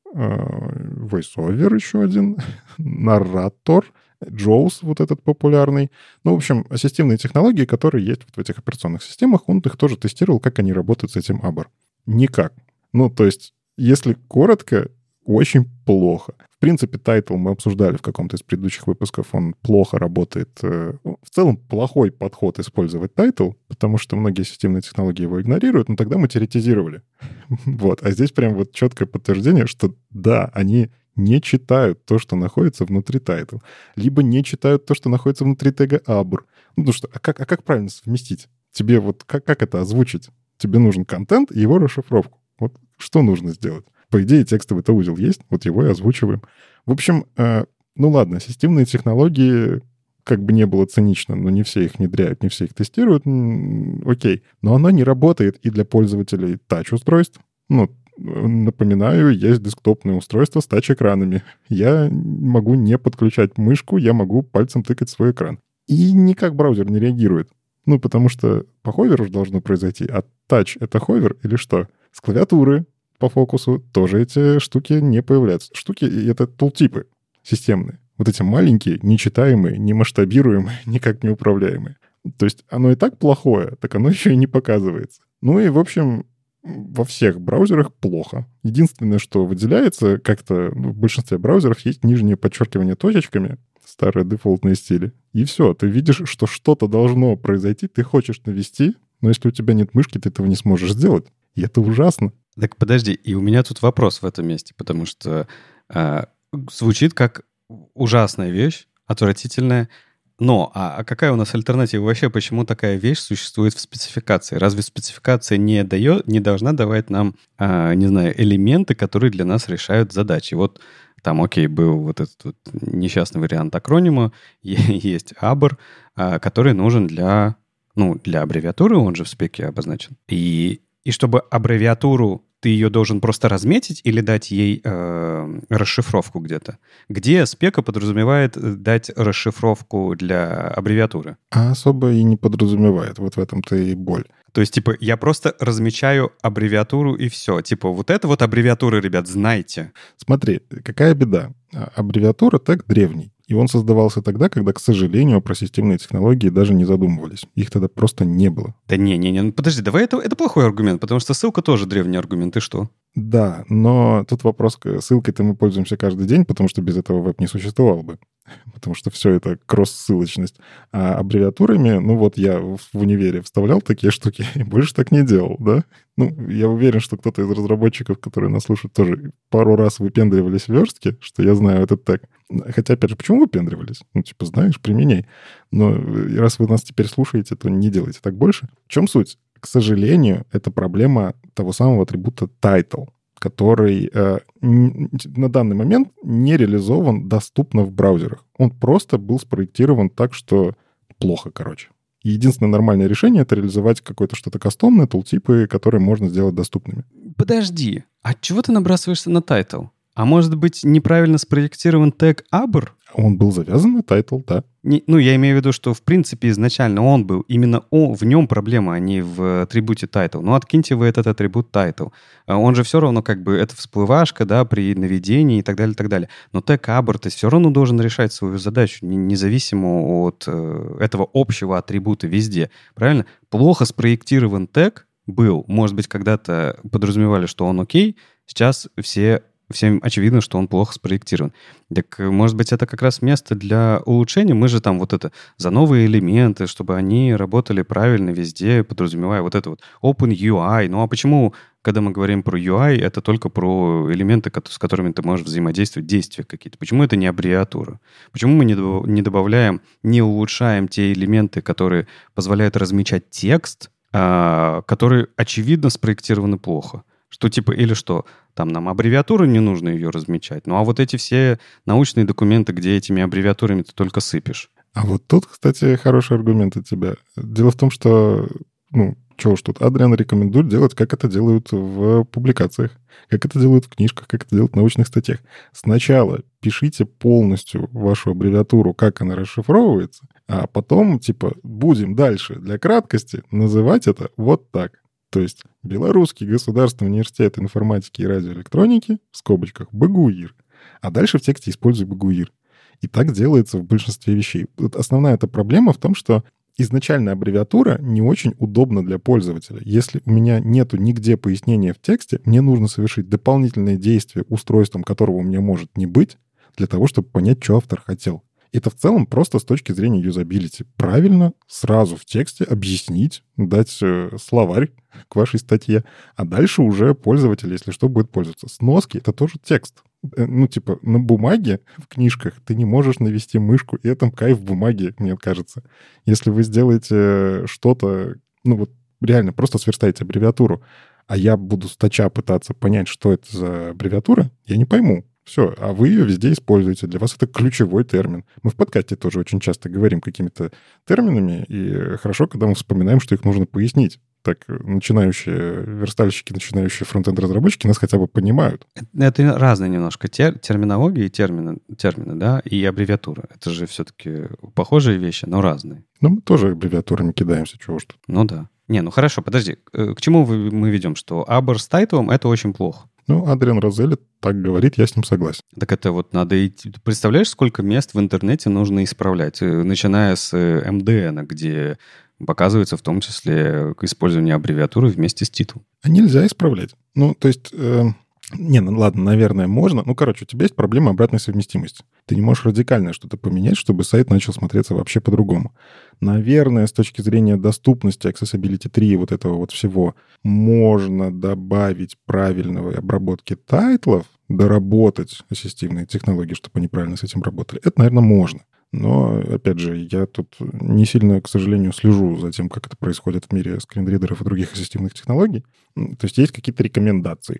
VoiceOver еще один, Narrator, Jaws, вот этот популярный. Ну, в общем, ассистивные технологии, которые есть вот в этих операционных системах, он их тоже тестировал, как они работают с этим абр. Никак. Ну, то есть, если коротко, очень плохо. В принципе, тайтл мы обсуждали в каком-то из предыдущих выпусков, он плохо работает. В целом, плохой подход использовать тайтл, потому что многие ассистивные технологии его игнорируют, но тогда мы теоретизировали. Вот. А здесь прям вот четкое подтверждение, что да, они не читают то, что находится внутри тайтл, либо не читают то, что находится внутри тега абр. Ну, что, а как, а как правильно совместить? Тебе вот как, как это озвучить? Тебе нужен контент и его расшифровку. Вот что нужно сделать? По идее, текстовый-то узел есть, вот его и озвучиваем. В общем, э, ну ладно, ассистивные технологии, как бы не было цинично, но не все их внедряют, не все их тестируют, м-м, окей. Но оно не работает и для пользователей тач-устройств. Ну, напоминаю, есть десктопные устройства с тач-экранами. Я могу не подключать мышку, я могу пальцем тыкать в свой экран. И никак браузер не реагирует. Ну, потому что по ховеру же должно произойти. А тач — это ховер или что? С клавиатуры по фокусу тоже эти штуки не появляются. Штуки — это тултипы системные. Вот эти маленькие, нечитаемые, не масштабируемые, никак не управляемые. То есть оно и так плохое, так оно еще и не показывается. Ну и, в общем, во всех браузерах плохо. Единственное, что выделяется как-то, ну, в большинстве браузеров есть нижнее подчеркивание точечками, старые дефолтные стили. И все, ты видишь, что что-то должно произойти, ты хочешь навести, но если у тебя нет мышки, ты этого не сможешь сделать. И это ужасно. Так подожди, и у меня тут вопрос в этом месте, потому что э, звучит как ужасная вещь, отвратительная. Но, а, а какая у нас альтернатива? Вообще, почему такая вещь существует в спецификации? Разве спецификация не дает, не должна давать нам, а, не знаю, элементы, которые для нас решают задачи? Вот там, окей, был вот этот вот несчастный вариант акронима, есть абр, а, который нужен для, ну, для аббревиатуры, он же в спеке обозначен. И, и чтобы аббревиатуру ты ее должен просто разметить или дать ей э, расшифровку где-то? Где спека подразумевает дать расшифровку для аббревиатуры? А особо и не подразумевает. Вот в этом-то и боль. То есть, типа, я просто размечаю аббревиатуру и все. Типа, вот это вот аббревиатура, ребят, знайте. Смотри, какая беда. Аббревиатура так древний. И он создавался тогда, когда, к сожалению, про системные технологии даже не задумывались. Их тогда просто не было. Да не-не-не, ну подожди, давай, это, это плохой аргумент, потому что ссылка тоже древний аргумент, и что? Да, но тут вопрос, ссылкой-то мы пользуемся каждый день, потому что без этого веб не существовал бы. потому что все это кросс-ссылочность. А аббревиатурами, ну вот я в универе вставлял такие штуки и больше так не делал, да? Ну, я уверен, что кто-то из разработчиков, которые нас слушают, тоже пару раз выпендривались в верстке, что я знаю этот тег. Хотя, опять же, почему выпендривались? Ну, типа, знаешь, применяй. Но раз вы нас теперь слушаете, то не делайте так больше. В чем суть? К сожалению, это проблема того самого атрибута title, который э, на данный момент не реализован доступно в браузерах. Он просто был спроектирован так, что плохо, короче. И единственное нормальное решение — это реализовать какое-то что-то кастомное, тултипы, которые можно сделать доступными. Подожди, а чего ты набрасываешься на title? А может быть, неправильно спроектирован тег abr? Он был завязан на title, да. Не, ну, я имею в виду, что, в принципе, изначально он был, именно он, в нем проблема, а не в атрибуте title. Ну, откиньте вы этот атрибут title. Он же все равно как бы, это всплывашка, да, при наведении и так далее, и так далее. Но тег abr, ты все равно должен решать свою задачу, независимо от э, этого общего атрибута везде. Правильно? Плохо спроектирован тег был, может быть, когда-то подразумевали, что он окей, сейчас все... Всем очевидно, что он плохо спроектирован. Так, может быть, это как раз место для улучшения? Мы же там вот это за новые элементы, чтобы они работали правильно везде, подразумевая вот это вот OpenUI. Ну а почему, когда мы говорим про ю ай, это только про элементы, с которыми ты можешь взаимодействовать, действия какие-то? Почему это не аббревиатура? Почему мы не добавляем, не улучшаем те элементы, которые позволяют размечать текст, которые, очевидно, спроектированы плохо? Что типа, или что, там нам аббревиатуру не нужно ее размечать. Ну а вот эти все научные документы, где этими аббревиатурами ты только сыпешь. А вот тут, кстати, хороший аргумент от тебя. Дело в том, что, ну, чего уж тут, Адриан рекомендует делать, как это делают в публикациях, как это делают в книжках, как это делают в научных статьях. Сначала пишите полностью вашу аббревиатуру, как она расшифровывается, а потом, типа, будем дальше для краткости называть это вот так. То есть Белорусский государственный университет информатики и радиоэлектроники, в скобочках, БГУИР. А дальше в тексте используй БГУИР. И так делается в большинстве вещей. Вот основная эта проблема в том, что изначально аббревиатура не очень удобна для пользователя. Если у меня нету нигде пояснения в тексте, мне нужно совершить дополнительные действия, устройством которого у меня может не быть, для того, чтобы понять, что автор хотел. Это в целом просто с точки зрения юзабилити. Правильно сразу в тексте объяснить, дать э, словарь к вашей статье, а дальше уже пользователь, если что, будет пользоваться. Сноски — это тоже текст. Э, ну, типа, на бумаге, в книжках ты не можешь навести мышку, и это кайф в бумаге, мне кажется. Если вы сделаете что-то, ну вот реально просто сверстаете аббревиатуру, а я буду стача пытаться понять, что это за аббревиатура, я не пойму. Все, а вы ее везде используете. Для вас это ключевой термин. Мы в подкасте тоже очень часто говорим какими-то терминами, и хорошо, когда мы вспоминаем, что их нужно пояснить. Так начинающие верстальщики, начинающие фронтенд-разработчики нас хотя бы понимают. Это разные немножко тер, терминологии, термины, термины, да, и аббревиатура. Это же все-таки похожие вещи, но разные. Ну, мы тоже аббревиатурами кидаемся, чего уж тут. Ну да. Не, ну хорошо, подожди. К чему мы ведем? Что абр с тайтлом — это очень плохо. Ну, Адриан Розелли так говорит, я с ним согласен. Так это вот надо идти... Представляешь, сколько мест в интернете нужно исправлять? Начиная с эм дэ эн, где показывается в том числе использование аббревиатуры вместе с титлом. А нельзя исправлять. Ну, то есть... Э... Не, ну ладно, наверное, можно. Ну, короче, у тебя есть проблема обратной совместимости. Ты не можешь радикально что-то поменять, чтобы сайт начал смотреться вообще по-другому. Наверное, с точки зрения доступности, accessibility три, вот этого вот всего, можно добавить правильной обработки тайтлов, доработать ассистивные технологии, чтобы они правильно с этим работали. Это, наверное, можно. Но, опять же, я тут не сильно, к сожалению, слежу за тем, как это происходит в мире скринридеров и других ассистивных технологий. То есть есть какие-то рекомендации,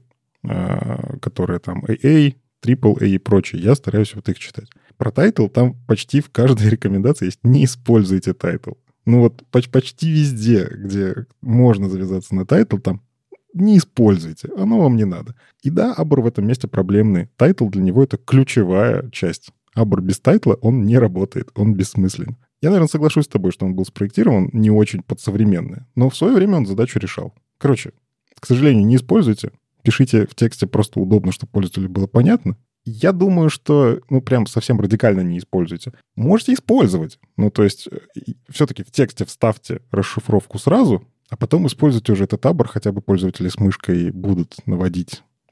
которые там эй эй, трипл эй и прочее. Я стараюсь вот их читать. Про тайтл там почти в каждой рекомендации есть «не используйте тайтл». Ну вот почти везде, где можно завязаться на тайтл, там не используйте, оно вам не надо. И да, абр в этом месте проблемный. Тайтл для него — это ключевая часть. Абр без тайтла, он не работает, он бессмыслен. Я, наверное, соглашусь с тобой, что он был спроектирован не очень под современное, но в свое время он задачу решал. Короче, к сожалению, не используйте. Пишите в тексте просто удобно, чтобы пользователю было понятно. Я думаю, что, ну, прям совсем радикально не используйте. Можете использовать. Ну, то есть все-таки в тексте вставьте расшифровку сразу, а потом используйте уже этот абр, хотя бы пользователи с мышкой будут наводить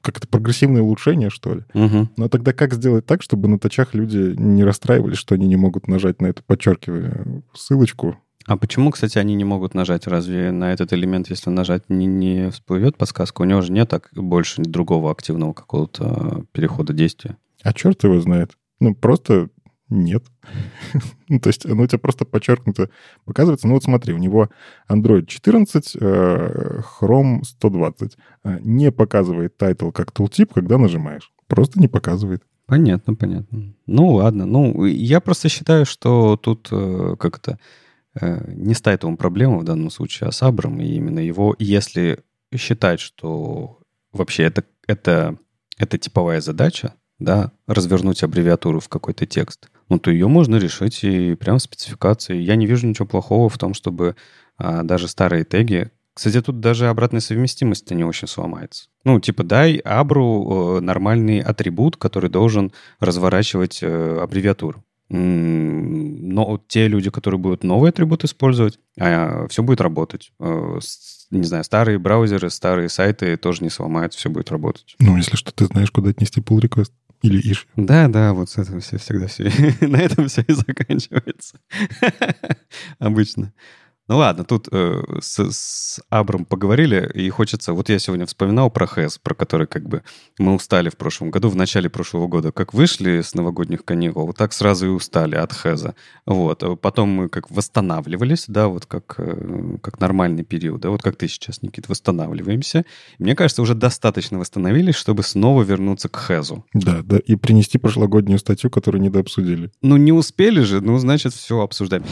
как это, прогрессивное улучшение, что ли. Угу. Но тогда как сделать так, чтобы на тачах люди не расстраивались, что они не могут нажать на эту, подчеркиваю, ссылочку? А почему, кстати, они не могут нажать? Разве на этот элемент, если нажать, не, не всплывет подсказка? У него же нет так больше другого активного какого-то перехода действия. А черт его знает. Ну, просто нет. Ну, то есть оно у тебя просто подчеркнуто показывается. Ну, вот смотри, у него Android четырнадцать, Chrome сто двадцать. Не показывает тайтл как tooltip, когда нажимаешь. Просто не показывает. Понятно, понятно. Ну, ладно. Ну, я просто считаю, что тут как-то не с тайтлом проблема в данном случае, а с Абром. И именно его, если считать, что вообще это, это, это типовая задача, да, развернуть аббревиатуру в какой-то текст, ну, то ее можно решить и прямо в спецификации. Я не вижу ничего плохого в том, чтобы а, даже старые теги... Кстати, тут даже обратная совместимость-то не очень сломается. Ну, типа, дай Абру э, нормальный атрибут, который должен разворачивать э, аббревиатуру. М-м, но те люди, которые будут новый атрибут использовать, а, все будет работать. Э, с, не знаю, старые браузеры, старые сайты тоже не сломают, все будет работать. Ну, если что, ты знаешь, куда отнести pull request. Или issue. Да, да, вот с этого все, всегда все. На этом все и заканчивается. Обычно. Ну ладно, тут э, с, с Абром поговорили, и хочется... Вот я сегодня вспоминал про хэз, про который как бы мы устали в прошлом году, в начале прошлого года. Как вышли с новогодних каникул, вот так сразу и устали от хэза. Вот. Потом мы как восстанавливались, да, вот как, э, как нормальный период, да, вот как ты сейчас, Никит, восстанавливаемся. И мне кажется, уже достаточно восстановились, чтобы снова вернуться к хэзу. Да, да, и принести прошлогоднюю статью, которую недообсудили. Ну, не успели же, ну, значит, все обсуждаем.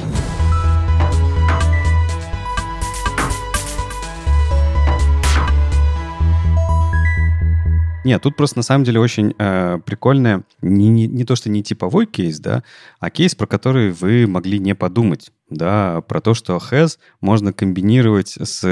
Нет, тут просто на самом деле очень э, прикольное, не, не, не то, что не типовой кейс, да, а кейс, про который вы могли не подумать, да, про то, что хэз можно комбинировать с,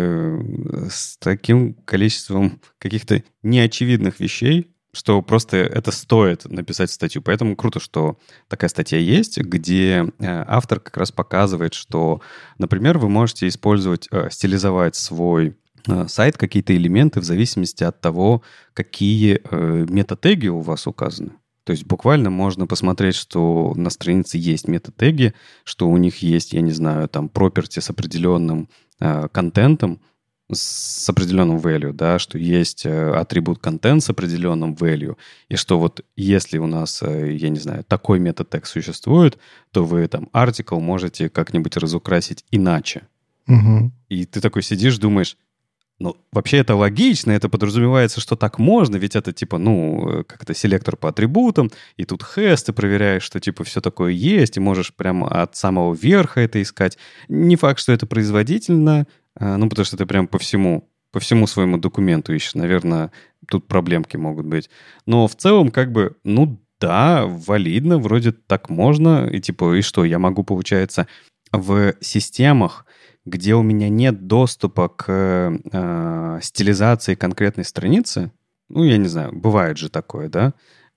с таким количеством каких-то неочевидных вещей, что просто это стоит написать статью. Поэтому круто, что такая статья есть, где э, автор как раз показывает, что, например, вы можете использовать, э, стилизовать свой сайт, какие-то элементы в зависимости от того, какие э, метатеги у вас указаны. То есть буквально можно посмотреть, что на странице есть метатеги, что у них есть, я не знаю, там, property с определенным э, контентом, с определенным value, да, что есть э, атрибут content с определенным value, и что вот если у нас, э, я не знаю, такой метатег существует, то вы там article можете как-нибудь разукрасить иначе. Угу. И ты такой сидишь, думаешь, ну, вообще это логично, это подразумевается, что так можно, ведь это типа, ну, как-то селектор по атрибутам, и тут хэз, ты проверяешь, что типа все такое есть, и можешь прямо от самого верха это искать. Не факт, что это производительно, ну, потому что ты прям по всему, по всему своему документу ищешь. Наверное, тут проблемки могут быть. Но в целом, как бы, ну, да, валидно, вроде так можно, и типа, и что, я могу, получается, в системах, где у меня нет доступа к э, стилизации конкретной страницы, ну, я не знаю, бывает же такое, да,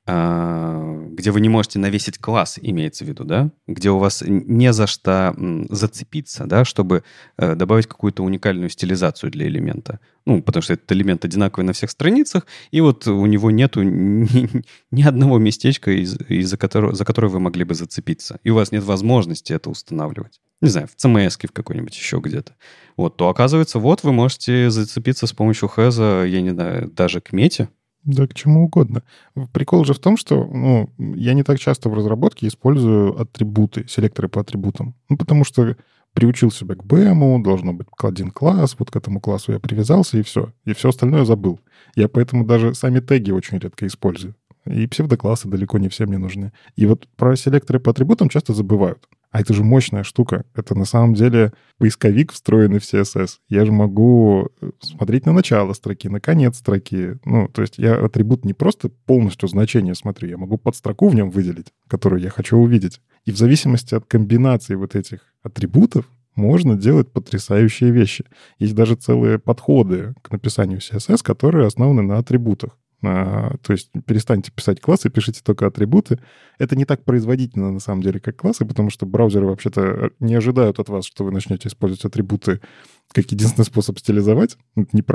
э, где вы не можете навесить класс, имеется в виду, да, где у вас не за что м, зацепиться, да, чтобы э, добавить какую-то уникальную стилизацию для элемента. Ну, потому что этот элемент одинаковый на всех страницах, и вот у него нету ни, ни одного местечка, из, из-за которого, за которое вы могли бы зацепиться. И у вас нет возможности это устанавливать. Не знаю, в си эм эс-ке в какой-нибудь еще где-то. Вот, то оказывается, вот вы можете зацепиться с помощью хэза, я не знаю, даже к мете. Да, к чему угодно. Прикол же в том, что ну, я не так часто в разработке использую атрибуты, селекторы по атрибутам. Ну, потому что приучил себя к бэ эм, должно быть один класс, вот к этому классу я привязался, и все. И все остальное забыл. Я поэтому даже сами теги очень редко использую. И псевдоклассы далеко не все мне нужны. И вот про селекторы по атрибутам часто забывают. А это же мощная штука. Это на самом деле поисковик, встроенный в си эс эс. Я же могу смотреть на начало строки, на конец строки. Ну, то есть я атрибут не просто полностью значение смотрю, я могу подстроку в нем выделить, которую я хочу увидеть. И в зависимости от комбинации вот этих атрибутов можно делать потрясающие вещи. Есть даже целые подходы к написанию си эс эс, которые основаны на атрибутах. А, то есть перестаньте писать классы, пишите только атрибуты. Это не так производительно на самом деле, как классы, потому что браузеры вообще-то не ожидают от вас, что вы начнете использовать атрибуты как единственный способ стилизовать. Это неправильно.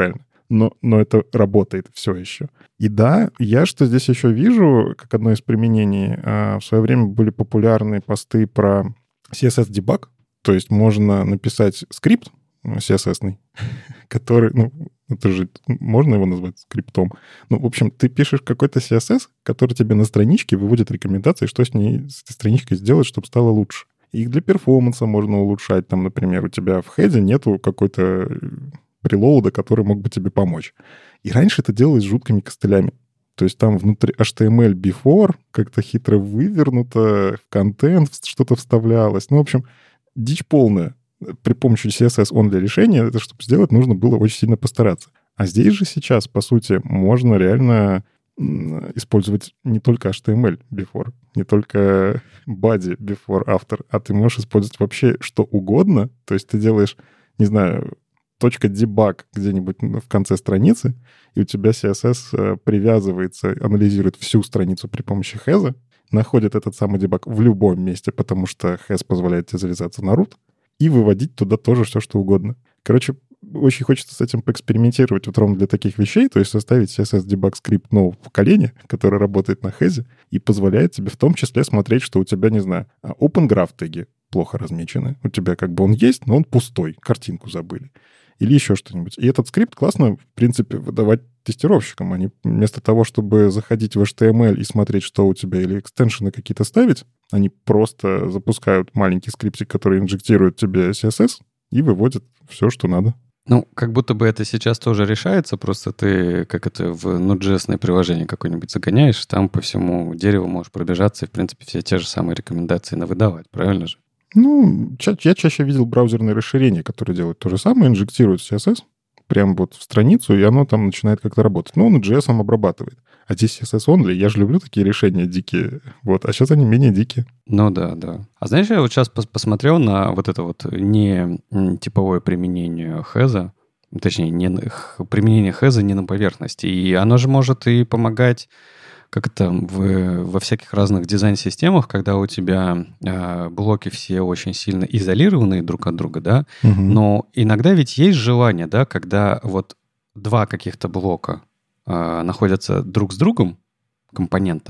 но, но это работает все еще. И да, я что здесь еще вижу, как одно из применений, в свое время были популярные посты про си эс эс-дебаг, то есть можно написать скрипт си эс эс-ный, который, ну, это же можно его назвать скриптом. Ну, в общем, ты пишешь какой-то си эс эс, который тебе на страничке выводит рекомендации, что с ней, с этой страничкой сделать, чтобы стало лучше. Их для перформанса можно улучшать. Там, например, у тебя в хеде нету какой-то прелоуда, который мог бы тебе помочь. И раньше это делалось с жуткими костылями. То есть там внутри эйч ти эм эль before как-то хитро вывернуто, в контент что-то вставлялось. Ну, в общем, дичь полная. При помощи си эс эс-only решения это, чтобы сделать, нужно было очень сильно постараться. А здесь же сейчас, по сути, можно реально использовать не только эйч ти эм эль before, не только body before after, а ты можешь использовать вообще что угодно. То есть ты делаешь, не знаю, точка debug где-нибудь в конце страницы, и у тебя си эс эс привязывается, анализирует всю страницу при помощи хэза, находит этот самый дебаг в любом месте, потому что хэз позволяет тебе завязаться на root, и выводить туда тоже все, что угодно. Короче, очень хочется с этим поэкспериментировать вот ровно для таких вещей, то есть составить си эс эс-дебаг скрипт нового поколения, который работает на хэзе, и позволяет тебе в том числе смотреть, что у тебя, не знаю, open graph теги плохо размечены. У тебя как бы он есть, но он пустой, картинку забыли. Или еще что-нибудь. И этот скрипт классно, в принципе, выдавать тестировщикам. Они вместо того, чтобы заходить в эйч ти эм эль и смотреть, что у тебя, или экстеншены какие-то ставить, они просто запускают маленький скриптик, который инжектирует тебе си эс эс и выводит все, что надо. Ну, как будто бы это сейчас тоже решается, просто ты, как это, в Node.js приложение какое-нибудь загоняешь, там по всему дереву можешь пробежаться и, в принципе, все те же самые рекомендации навыдавать, правильно же? Ну, ча- я чаще видел браузерные расширения, которые делают то же самое, инжектируют си эс эс прямо вот в страницу, и оно там начинает как-то работать. Но он джей эс обрабатывает. А здесь си эс эс-only, я же люблю такие решения дикие, вот, а сейчас они менее дикие. Ну да, да. А знаешь, я вот сейчас пос- посмотрел на вот это вот не типовое применение хэза, точнее, не х- применение хэза не на поверхности, и оно же может и помогать как это в, во всяких разных дизайн-системах, когда у тебя э, блоки все очень сильно изолированные друг от друга, да, Угу. но иногда ведь есть желание, да, когда вот два каких-то блока э, находятся друг с другом, компонента,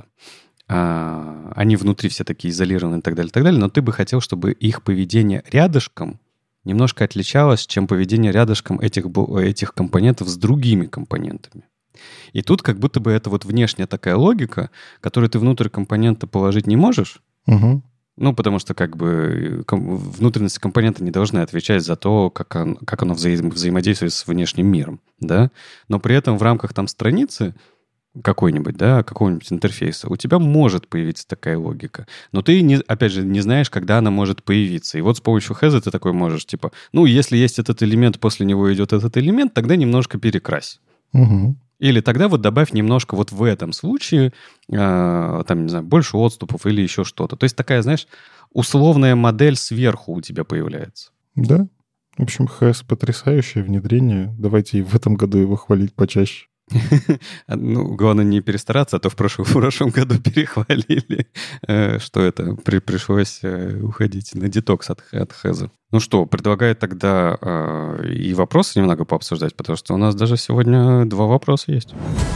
э, они внутри все такие изолированные и так далее, и так далее, но ты бы хотел, чтобы их поведение рядышком немножко отличалось, чем поведение рядышком этих, этих компонентов с другими компонентами. И тут как будто бы это вот внешняя такая логика, которую ты внутрь компонента положить не можешь, Угу. ну, потому что как бы ком- внутренности компонента не должны отвечать за то, как, он, как оно взаим- взаимодействует с внешним миром, да, но при этом в рамках там страницы какой-нибудь, да, какого-нибудь интерфейса, у тебя может появиться такая логика. Но ты, не, опять же, не знаешь, когда она может появиться. И вот с помощью хэза ты такой можешь, типа, ну, если есть этот элемент, после него идет этот элемент, тогда немножко перекрась. Угу. Или тогда вот добавь немножко вот в этом случае, э, там, не знаю, больше отступов или еще что-то. То есть такая, знаешь, условная модель сверху у тебя появляется. Да. В общем, хэз потрясающее внедрение. Давайте и в этом году его хвалить почаще. Ну, главное не перестараться, а то в прошлом, в прошлом году перехвалили, э, что это, при, пришлось э, уходить на детокс от, от хэза. Ну что, предлагаю тогда э, и вопросы немного пообсуждать, потому что у нас даже сегодня два вопроса есть.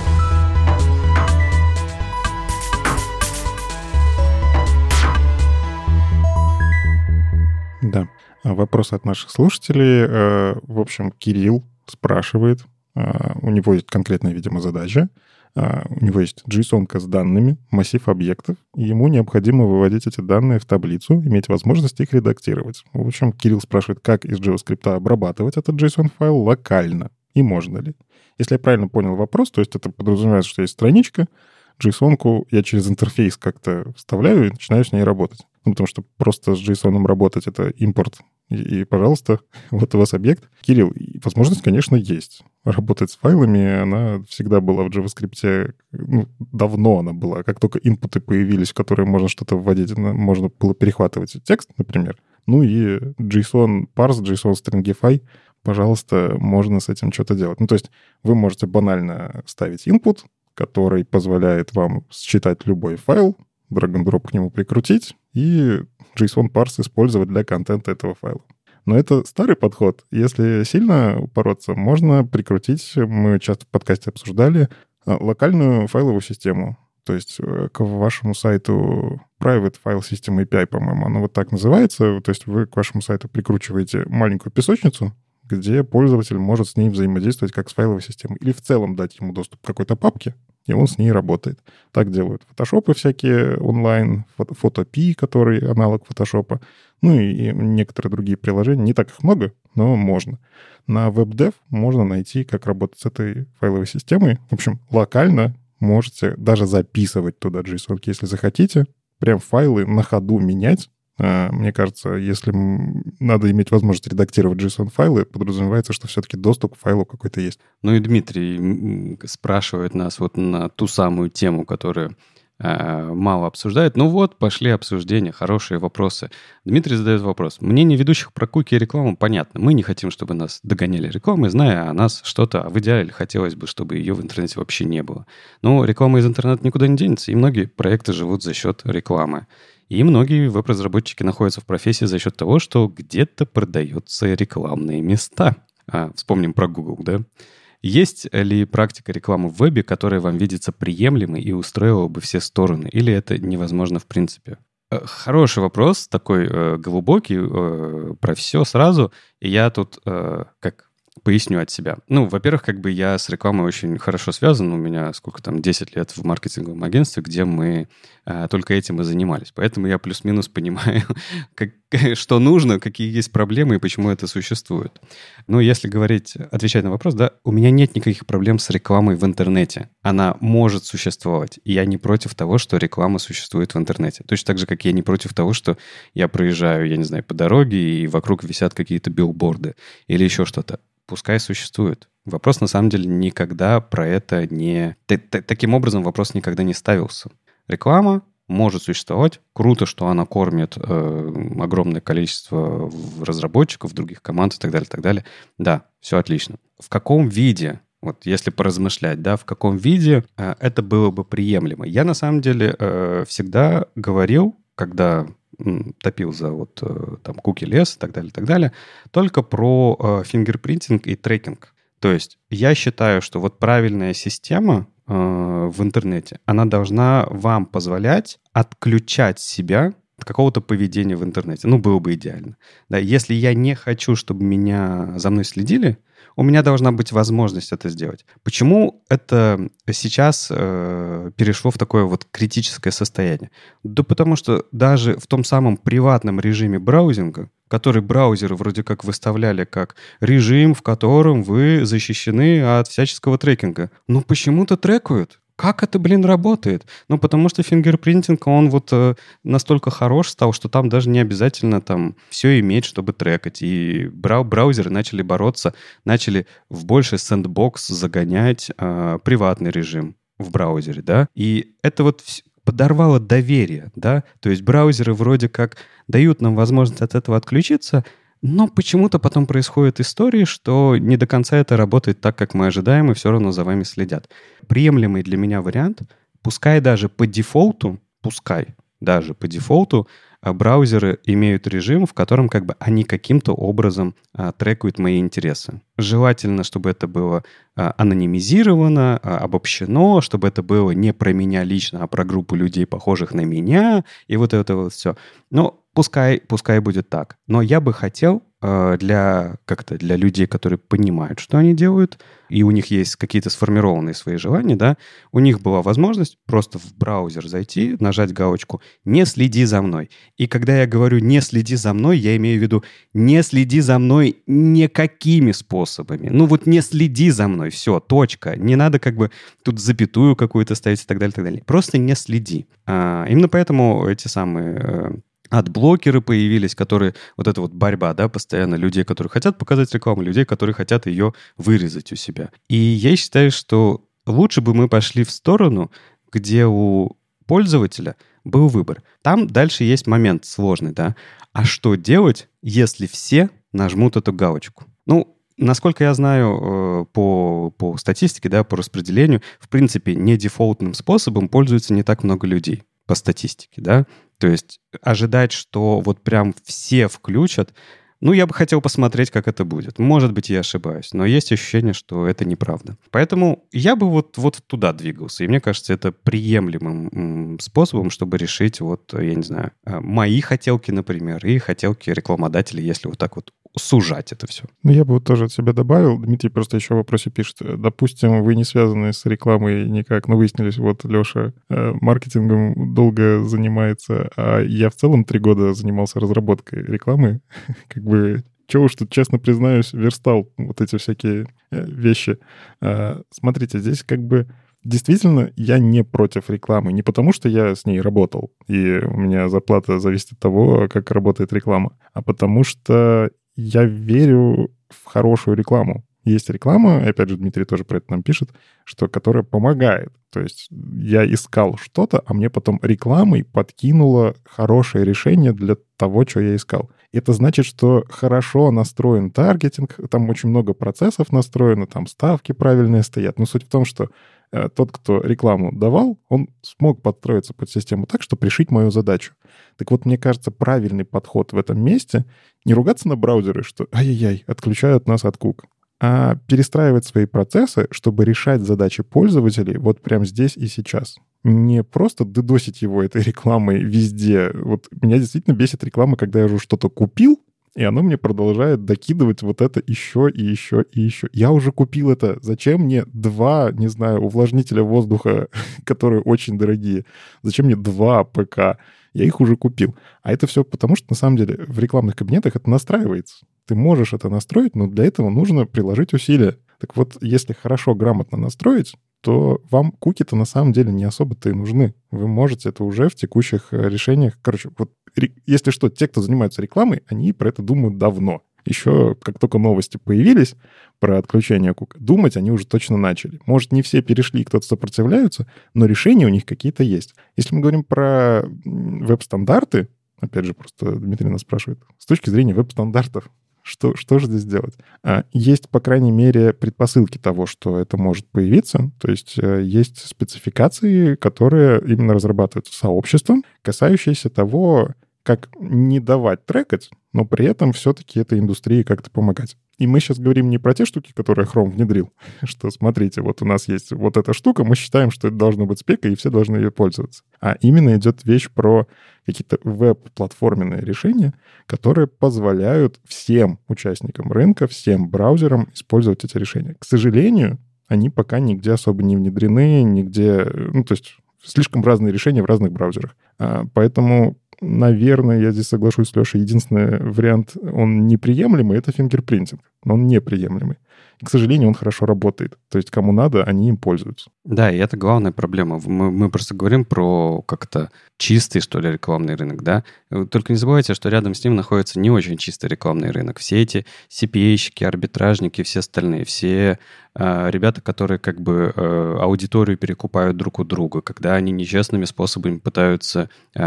Да. А Вопрос от наших слушателей. Э, В общем, Кирилл спрашивает, э, у него есть конкретная, видимо, задача. Э, У него есть JSON-ка с данными, массив объектов, и ему необходимо выводить эти данные в таблицу, иметь возможность их редактировать. В общем, Кирилл спрашивает, как из JavaScript обрабатывать этот JSON-файл локально, и можно ли. Если я правильно понял вопрос, то есть это подразумевает, что есть страничка, JSON-ку я через интерфейс как-то вставляю и начинаю с ней работать. Ну, потому что просто с JSON работать — это импорт, и, и, пожалуйста, вот у вас объект. Кирилл, и возможность, конечно, есть. Работать с файлами, она всегда была в JavaScript, ну, давно она была. Как только инпуты появились, в которые можно что-то вводить, можно было перехватывать текст, например. Ну и JSON parse, JSON stringify, пожалуйста, можно с этим что-то делать. Ну, то есть вы можете банально ставить input, который позволяет вам считать любой файл, drag and drop к нему прикрутить и JSON parse использовать для контента этого файла. Но это старый подход. Если сильно упороться, можно прикрутить, мы часто в подкасте обсуждали, локальную файловую систему. То есть к вашему сайту Private File System эй пи ай, по-моему, оно вот так называется. То есть вы к вашему сайту прикручиваете маленькую песочницу, где пользователь может с ней взаимодействовать как с файловой системой. Или в целом дать ему доступ к какой-то папке, и он с ней работает. Так делают фотошопы всякие онлайн, фотопи, который аналог фотошопа, ну и, и некоторые другие приложения. Не так их много, но можно. На WebDev можно найти, как работать с этой файловой системой. В общем, локально можете даже записывать туда JSON, если захотите. Прям файлы на ходу менять. Мне кажется, если надо иметь возможность редактировать JSON-файлы, подразумевается, что все-таки доступ к файлу какой-то есть. Ну и Дмитрий спрашивает нас вот на ту самую тему, которую э, мало обсуждают. Ну вот, пошли обсуждения, хорошие вопросы. Дмитрий задает вопрос. Мнение ведущих про куки и рекламу понятно. Мы не хотим, чтобы нас догоняли рекламой, зная о нас что-то. А в идеале хотелось бы, чтобы ее в интернете вообще не было. Но реклама из интернета никуда не денется, и многие проекты живут за счет рекламы. И многие веб-разработчики находятся в профессии за счет того, что где-то продаются рекламные места. А, вспомним про Google, да? Есть ли практика рекламы в вебе, которая вам видится приемлемой и устроила бы все стороны? Или это невозможно в принципе? Хороший вопрос, такой э, глубокий, э, про все сразу. И я тут, э, как... поясню от себя. Ну, во-первых, как бы я с рекламой очень хорошо связан. У меня сколько там, десять лет в маркетинговом агентстве, где мы а, только этим и занимались. Поэтому я плюс-минус понимаю, как, что нужно, какие есть проблемы и почему это существует. Ну, если говорить, отвечать на вопрос, да, у меня нет никаких проблем с рекламой в интернете. Она может существовать. И я не против того, что реклама существует в интернете. Точно так же, как я не против того, что я проезжаю, я не знаю, по дороге, и вокруг висят какие-то билборды или еще что-то. Пускай существует. Вопрос, на самом деле, никогда про это не... Таким образом, вопрос никогда не ставился. Реклама может существовать. Круто, что она кормит э, огромное количество разработчиков, других команд и так далее, и так далее. Да, все отлично. В каком виде, вот если поразмышлять, да, в каком виде э, это было бы приемлемо? Я, на самом деле, э, всегда говорил, когда... топил за вот там куки лес и так далее, и так далее, только про э, фингерпринтинг и трекинг. То есть я считаю, что вот правильная система э, в интернете, она должна вам позволять отключать себя от какого-то поведения в интернете. Ну, было бы идеально. Да, если я не хочу, чтобы меня за мной следили, у меня должна быть возможность это сделать. Почему это сейчас э, перешло в такое вот критическое состояние? Да потому что даже в том самом приватном режиме браузинга, который браузеры вроде как выставляли как режим, в котором вы защищены от всяческого трекинга, но почему-то трекают. Как это, блин, работает? Ну, потому что фингерпринтинг, он вот э, настолько хорош стал, что там даже не обязательно там все иметь, чтобы трекать. И брау- браузеры начали бороться, начали в больший сэндбокс загонять э, приватный режим в браузере, да? И это вот вс- подорвало доверие, да? То есть браузеры вроде как дают нам возможность от этого отключиться, но почему-то потом происходят истории, что не до конца это работает так, как мы ожидаем, и все равно за вами следят. Приемлемый для меня вариант, пускай даже по дефолту, пускай даже по дефолту, браузеры имеют режим, в котором как бы они каким-то образом а, трекают мои интересы. Желательно, чтобы это было а, анонимизировано, а, обобщено, чтобы это было не про меня лично, а про группу людей, похожих на меня, и вот это вот все. Но Пускай, пускай будет так. Но я бы хотел э, для, как-то для людей, которые понимают, что они делают, и у них есть какие-то сформированные свои желания, да, у них была возможность просто в браузер зайти, нажать галочку «Не следи за мной». И когда я говорю «Не следи за мной», я имею в виду «Не следи за мной никакими способами». Ну вот не следи за мной, все, точка. Не надо как бы тут запятую какую-то ставить и так далее, и так далее. Просто не следи. А, именно поэтому эти самые... Э, Адблокеры появились, которые... Вот эта вот борьба, да, постоянно людей, которые хотят показать рекламу, людей, которые хотят ее вырезать у себя. И я считаю, что лучше бы мы пошли в сторону, где у пользователя был выбор. Там дальше есть момент сложный, да. А что делать, если все нажмут эту галочку? Ну, насколько я знаю, по, по статистике, да, по распределению, в принципе, не дефолтным способом пользуется не так много людей по статистике, да. То есть ожидать, что вот прям все включат, Ну, я бы хотел посмотреть, как это будет. Может быть, я ошибаюсь, но есть ощущение, что это неправда. Поэтому я бы вот, вот туда двигался. И мне кажется, это приемлемым способом, чтобы решить, вот, я не знаю, мои хотелки, например, и хотелки рекламодателей, если вот так вот сужать это все. Ну, я бы вот тоже от себя добавил. Дмитрий просто еще в вопросе пишет. Допустим, вы не связаны с рекламой никак, но выяснились, вот Леша э, маркетингом долго занимается, а я в целом три года занимался разработкой рекламы. Как бы, чего уж тут, честно признаюсь, верстал вот эти всякие э, вещи. Э, смотрите, здесь как бы действительно я не против рекламы. Не потому, что я с ней работал, и у меня зарплата зависит от того, как работает реклама, а потому что я верю в хорошую рекламу. Есть реклама, и опять же, Дмитрий тоже про это нам пишет, что которая помогает. То есть я искал что-то, а мне потом рекламой подкинуло хорошее решение для того, что я искал. Это значит, что хорошо настроен таргетинг, там очень много процессов настроено, там ставки правильные стоят. Но суть в том, что э, тот, кто рекламу давал, он смог подстроиться под систему так, чтобы решить мою задачу. Так вот, мне кажется, правильный подход в этом месте — не ругаться на браузеры, что ай-яй-яй, отключают нас от кук, а перестраивать свои процессы, чтобы решать задачи пользователей вот прямо здесь и сейчас. Не просто дедосить его этой рекламой везде. Вот меня действительно бесит реклама, когда я уже что-то купил, и оно мне продолжает докидывать вот это еще и еще и еще. Я уже купил это. Зачем мне два, не знаю, увлажнителя воздуха, которые очень дорогие? Зачем мне два ПК? Я их уже купил. А это все потому, что на самом деле в рекламных кабинетах это настраивается. Ты можешь это настроить, но для этого нужно приложить усилия. Так вот, если хорошо, грамотно настроить, то вам куки-то на самом деле не особо-то и нужны. Вы можете это уже в текущих решениях. Короче, вот если что, те, кто занимаются рекламой, они про это думают давно. Еще как только новости появились про отключение кука, думать они уже точно начали. Может, не все перешли, кто-то сопротивляются, но решения у них какие-то есть. Если мы говорим про веб-стандарты, опять же, просто Дмитрий нас спрашивает, с точки зрения веб-стандартов, Что, что же здесь делать? Есть, по крайней мере, предпосылки того, что это может появиться. То есть есть спецификации, которые именно разрабатываются сообществом, касающиеся того, как не давать трекать, но при этом все-таки этой индустрии как-то помогать. И мы сейчас говорим не про те штуки, которые Chrome внедрил, что, смотрите, вот у нас есть вот эта штука, мы считаем, что это должно быть спека, и все должны ее пользоваться. А именно идет вещь про какие-то веб-платформенные решения, которые позволяют всем участникам рынка, всем браузерам использовать эти решения. К сожалению, они пока нигде особо не внедрены, нигде... Ну, то есть слишком разные решения в разных браузерах. А, поэтому... Наверное, я здесь соглашусь с Лешей. Единственный вариант, он неприемлемый, это фингерпринтинг. Но он неприемлемый. И, к сожалению, он хорошо работает. То есть кому надо, они им пользуются. Да, и это главная проблема. Мы, мы просто говорим про как-то чистый, что ли, рекламный рынок, да? Только не забывайте, что рядом с ним находится не очень чистый рекламный рынок. Все эти си пи эй-щики, арбитражники, все остальные, все э, ребята, которые как бы э, аудиторию перекупают друг у друга, когда они нечестными способами пытаются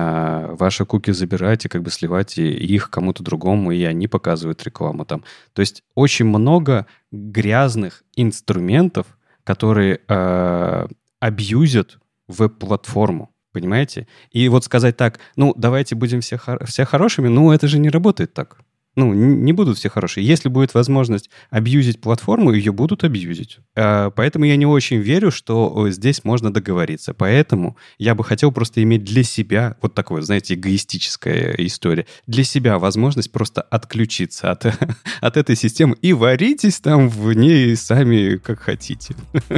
э, ваши куки забирать и как бы сливать и, и их кому-то другому, и они показывают рекламу там. То есть очень много грязных инструментов, которые э, абьюзят веб-платформу, понимаете? И вот сказать так, ну, давайте будем все, хор- все хорошими, ну, это же не работает так. Ну, не будут все хорошие. Если будет возможность абьюзить платформу, ее будут абьюзить. Э, поэтому я не очень верю, что здесь можно договориться. Поэтому я бы хотел просто иметь для себя, вот такое, знаете, эгоистическая история, для себя возможность просто отключиться от, от этой системы и варитесь там в ней сами как хотите.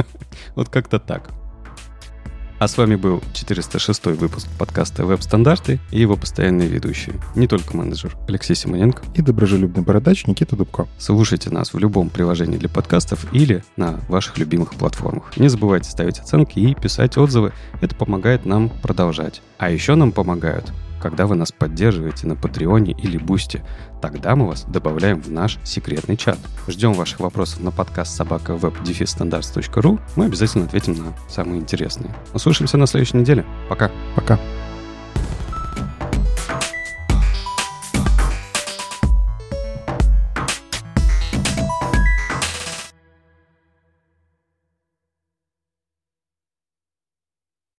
Вот как-то так. А с вами был четыреста шестой выпуск подкаста «Веб-стандарты» и его постоянные ведущие. Не только менеджер Алексей Симоненко и доброжелюбный бородач Никита Дубко. Слушайте нас в любом приложении для подкастов или на ваших любимых платформах. Не забывайте ставить оценки и писать отзывы. Это помогает нам продолжать. А еще нам помогают, когда вы нас поддерживаете на Патреоне или Бусти. Тогда мы вас добавляем в наш секретный чат. Ждем ваших вопросов на подкаст собака веб дефис стандарт точка ру. Мы обязательно ответим на самые интересные. Услышимся на следующей неделе. Пока. Пока.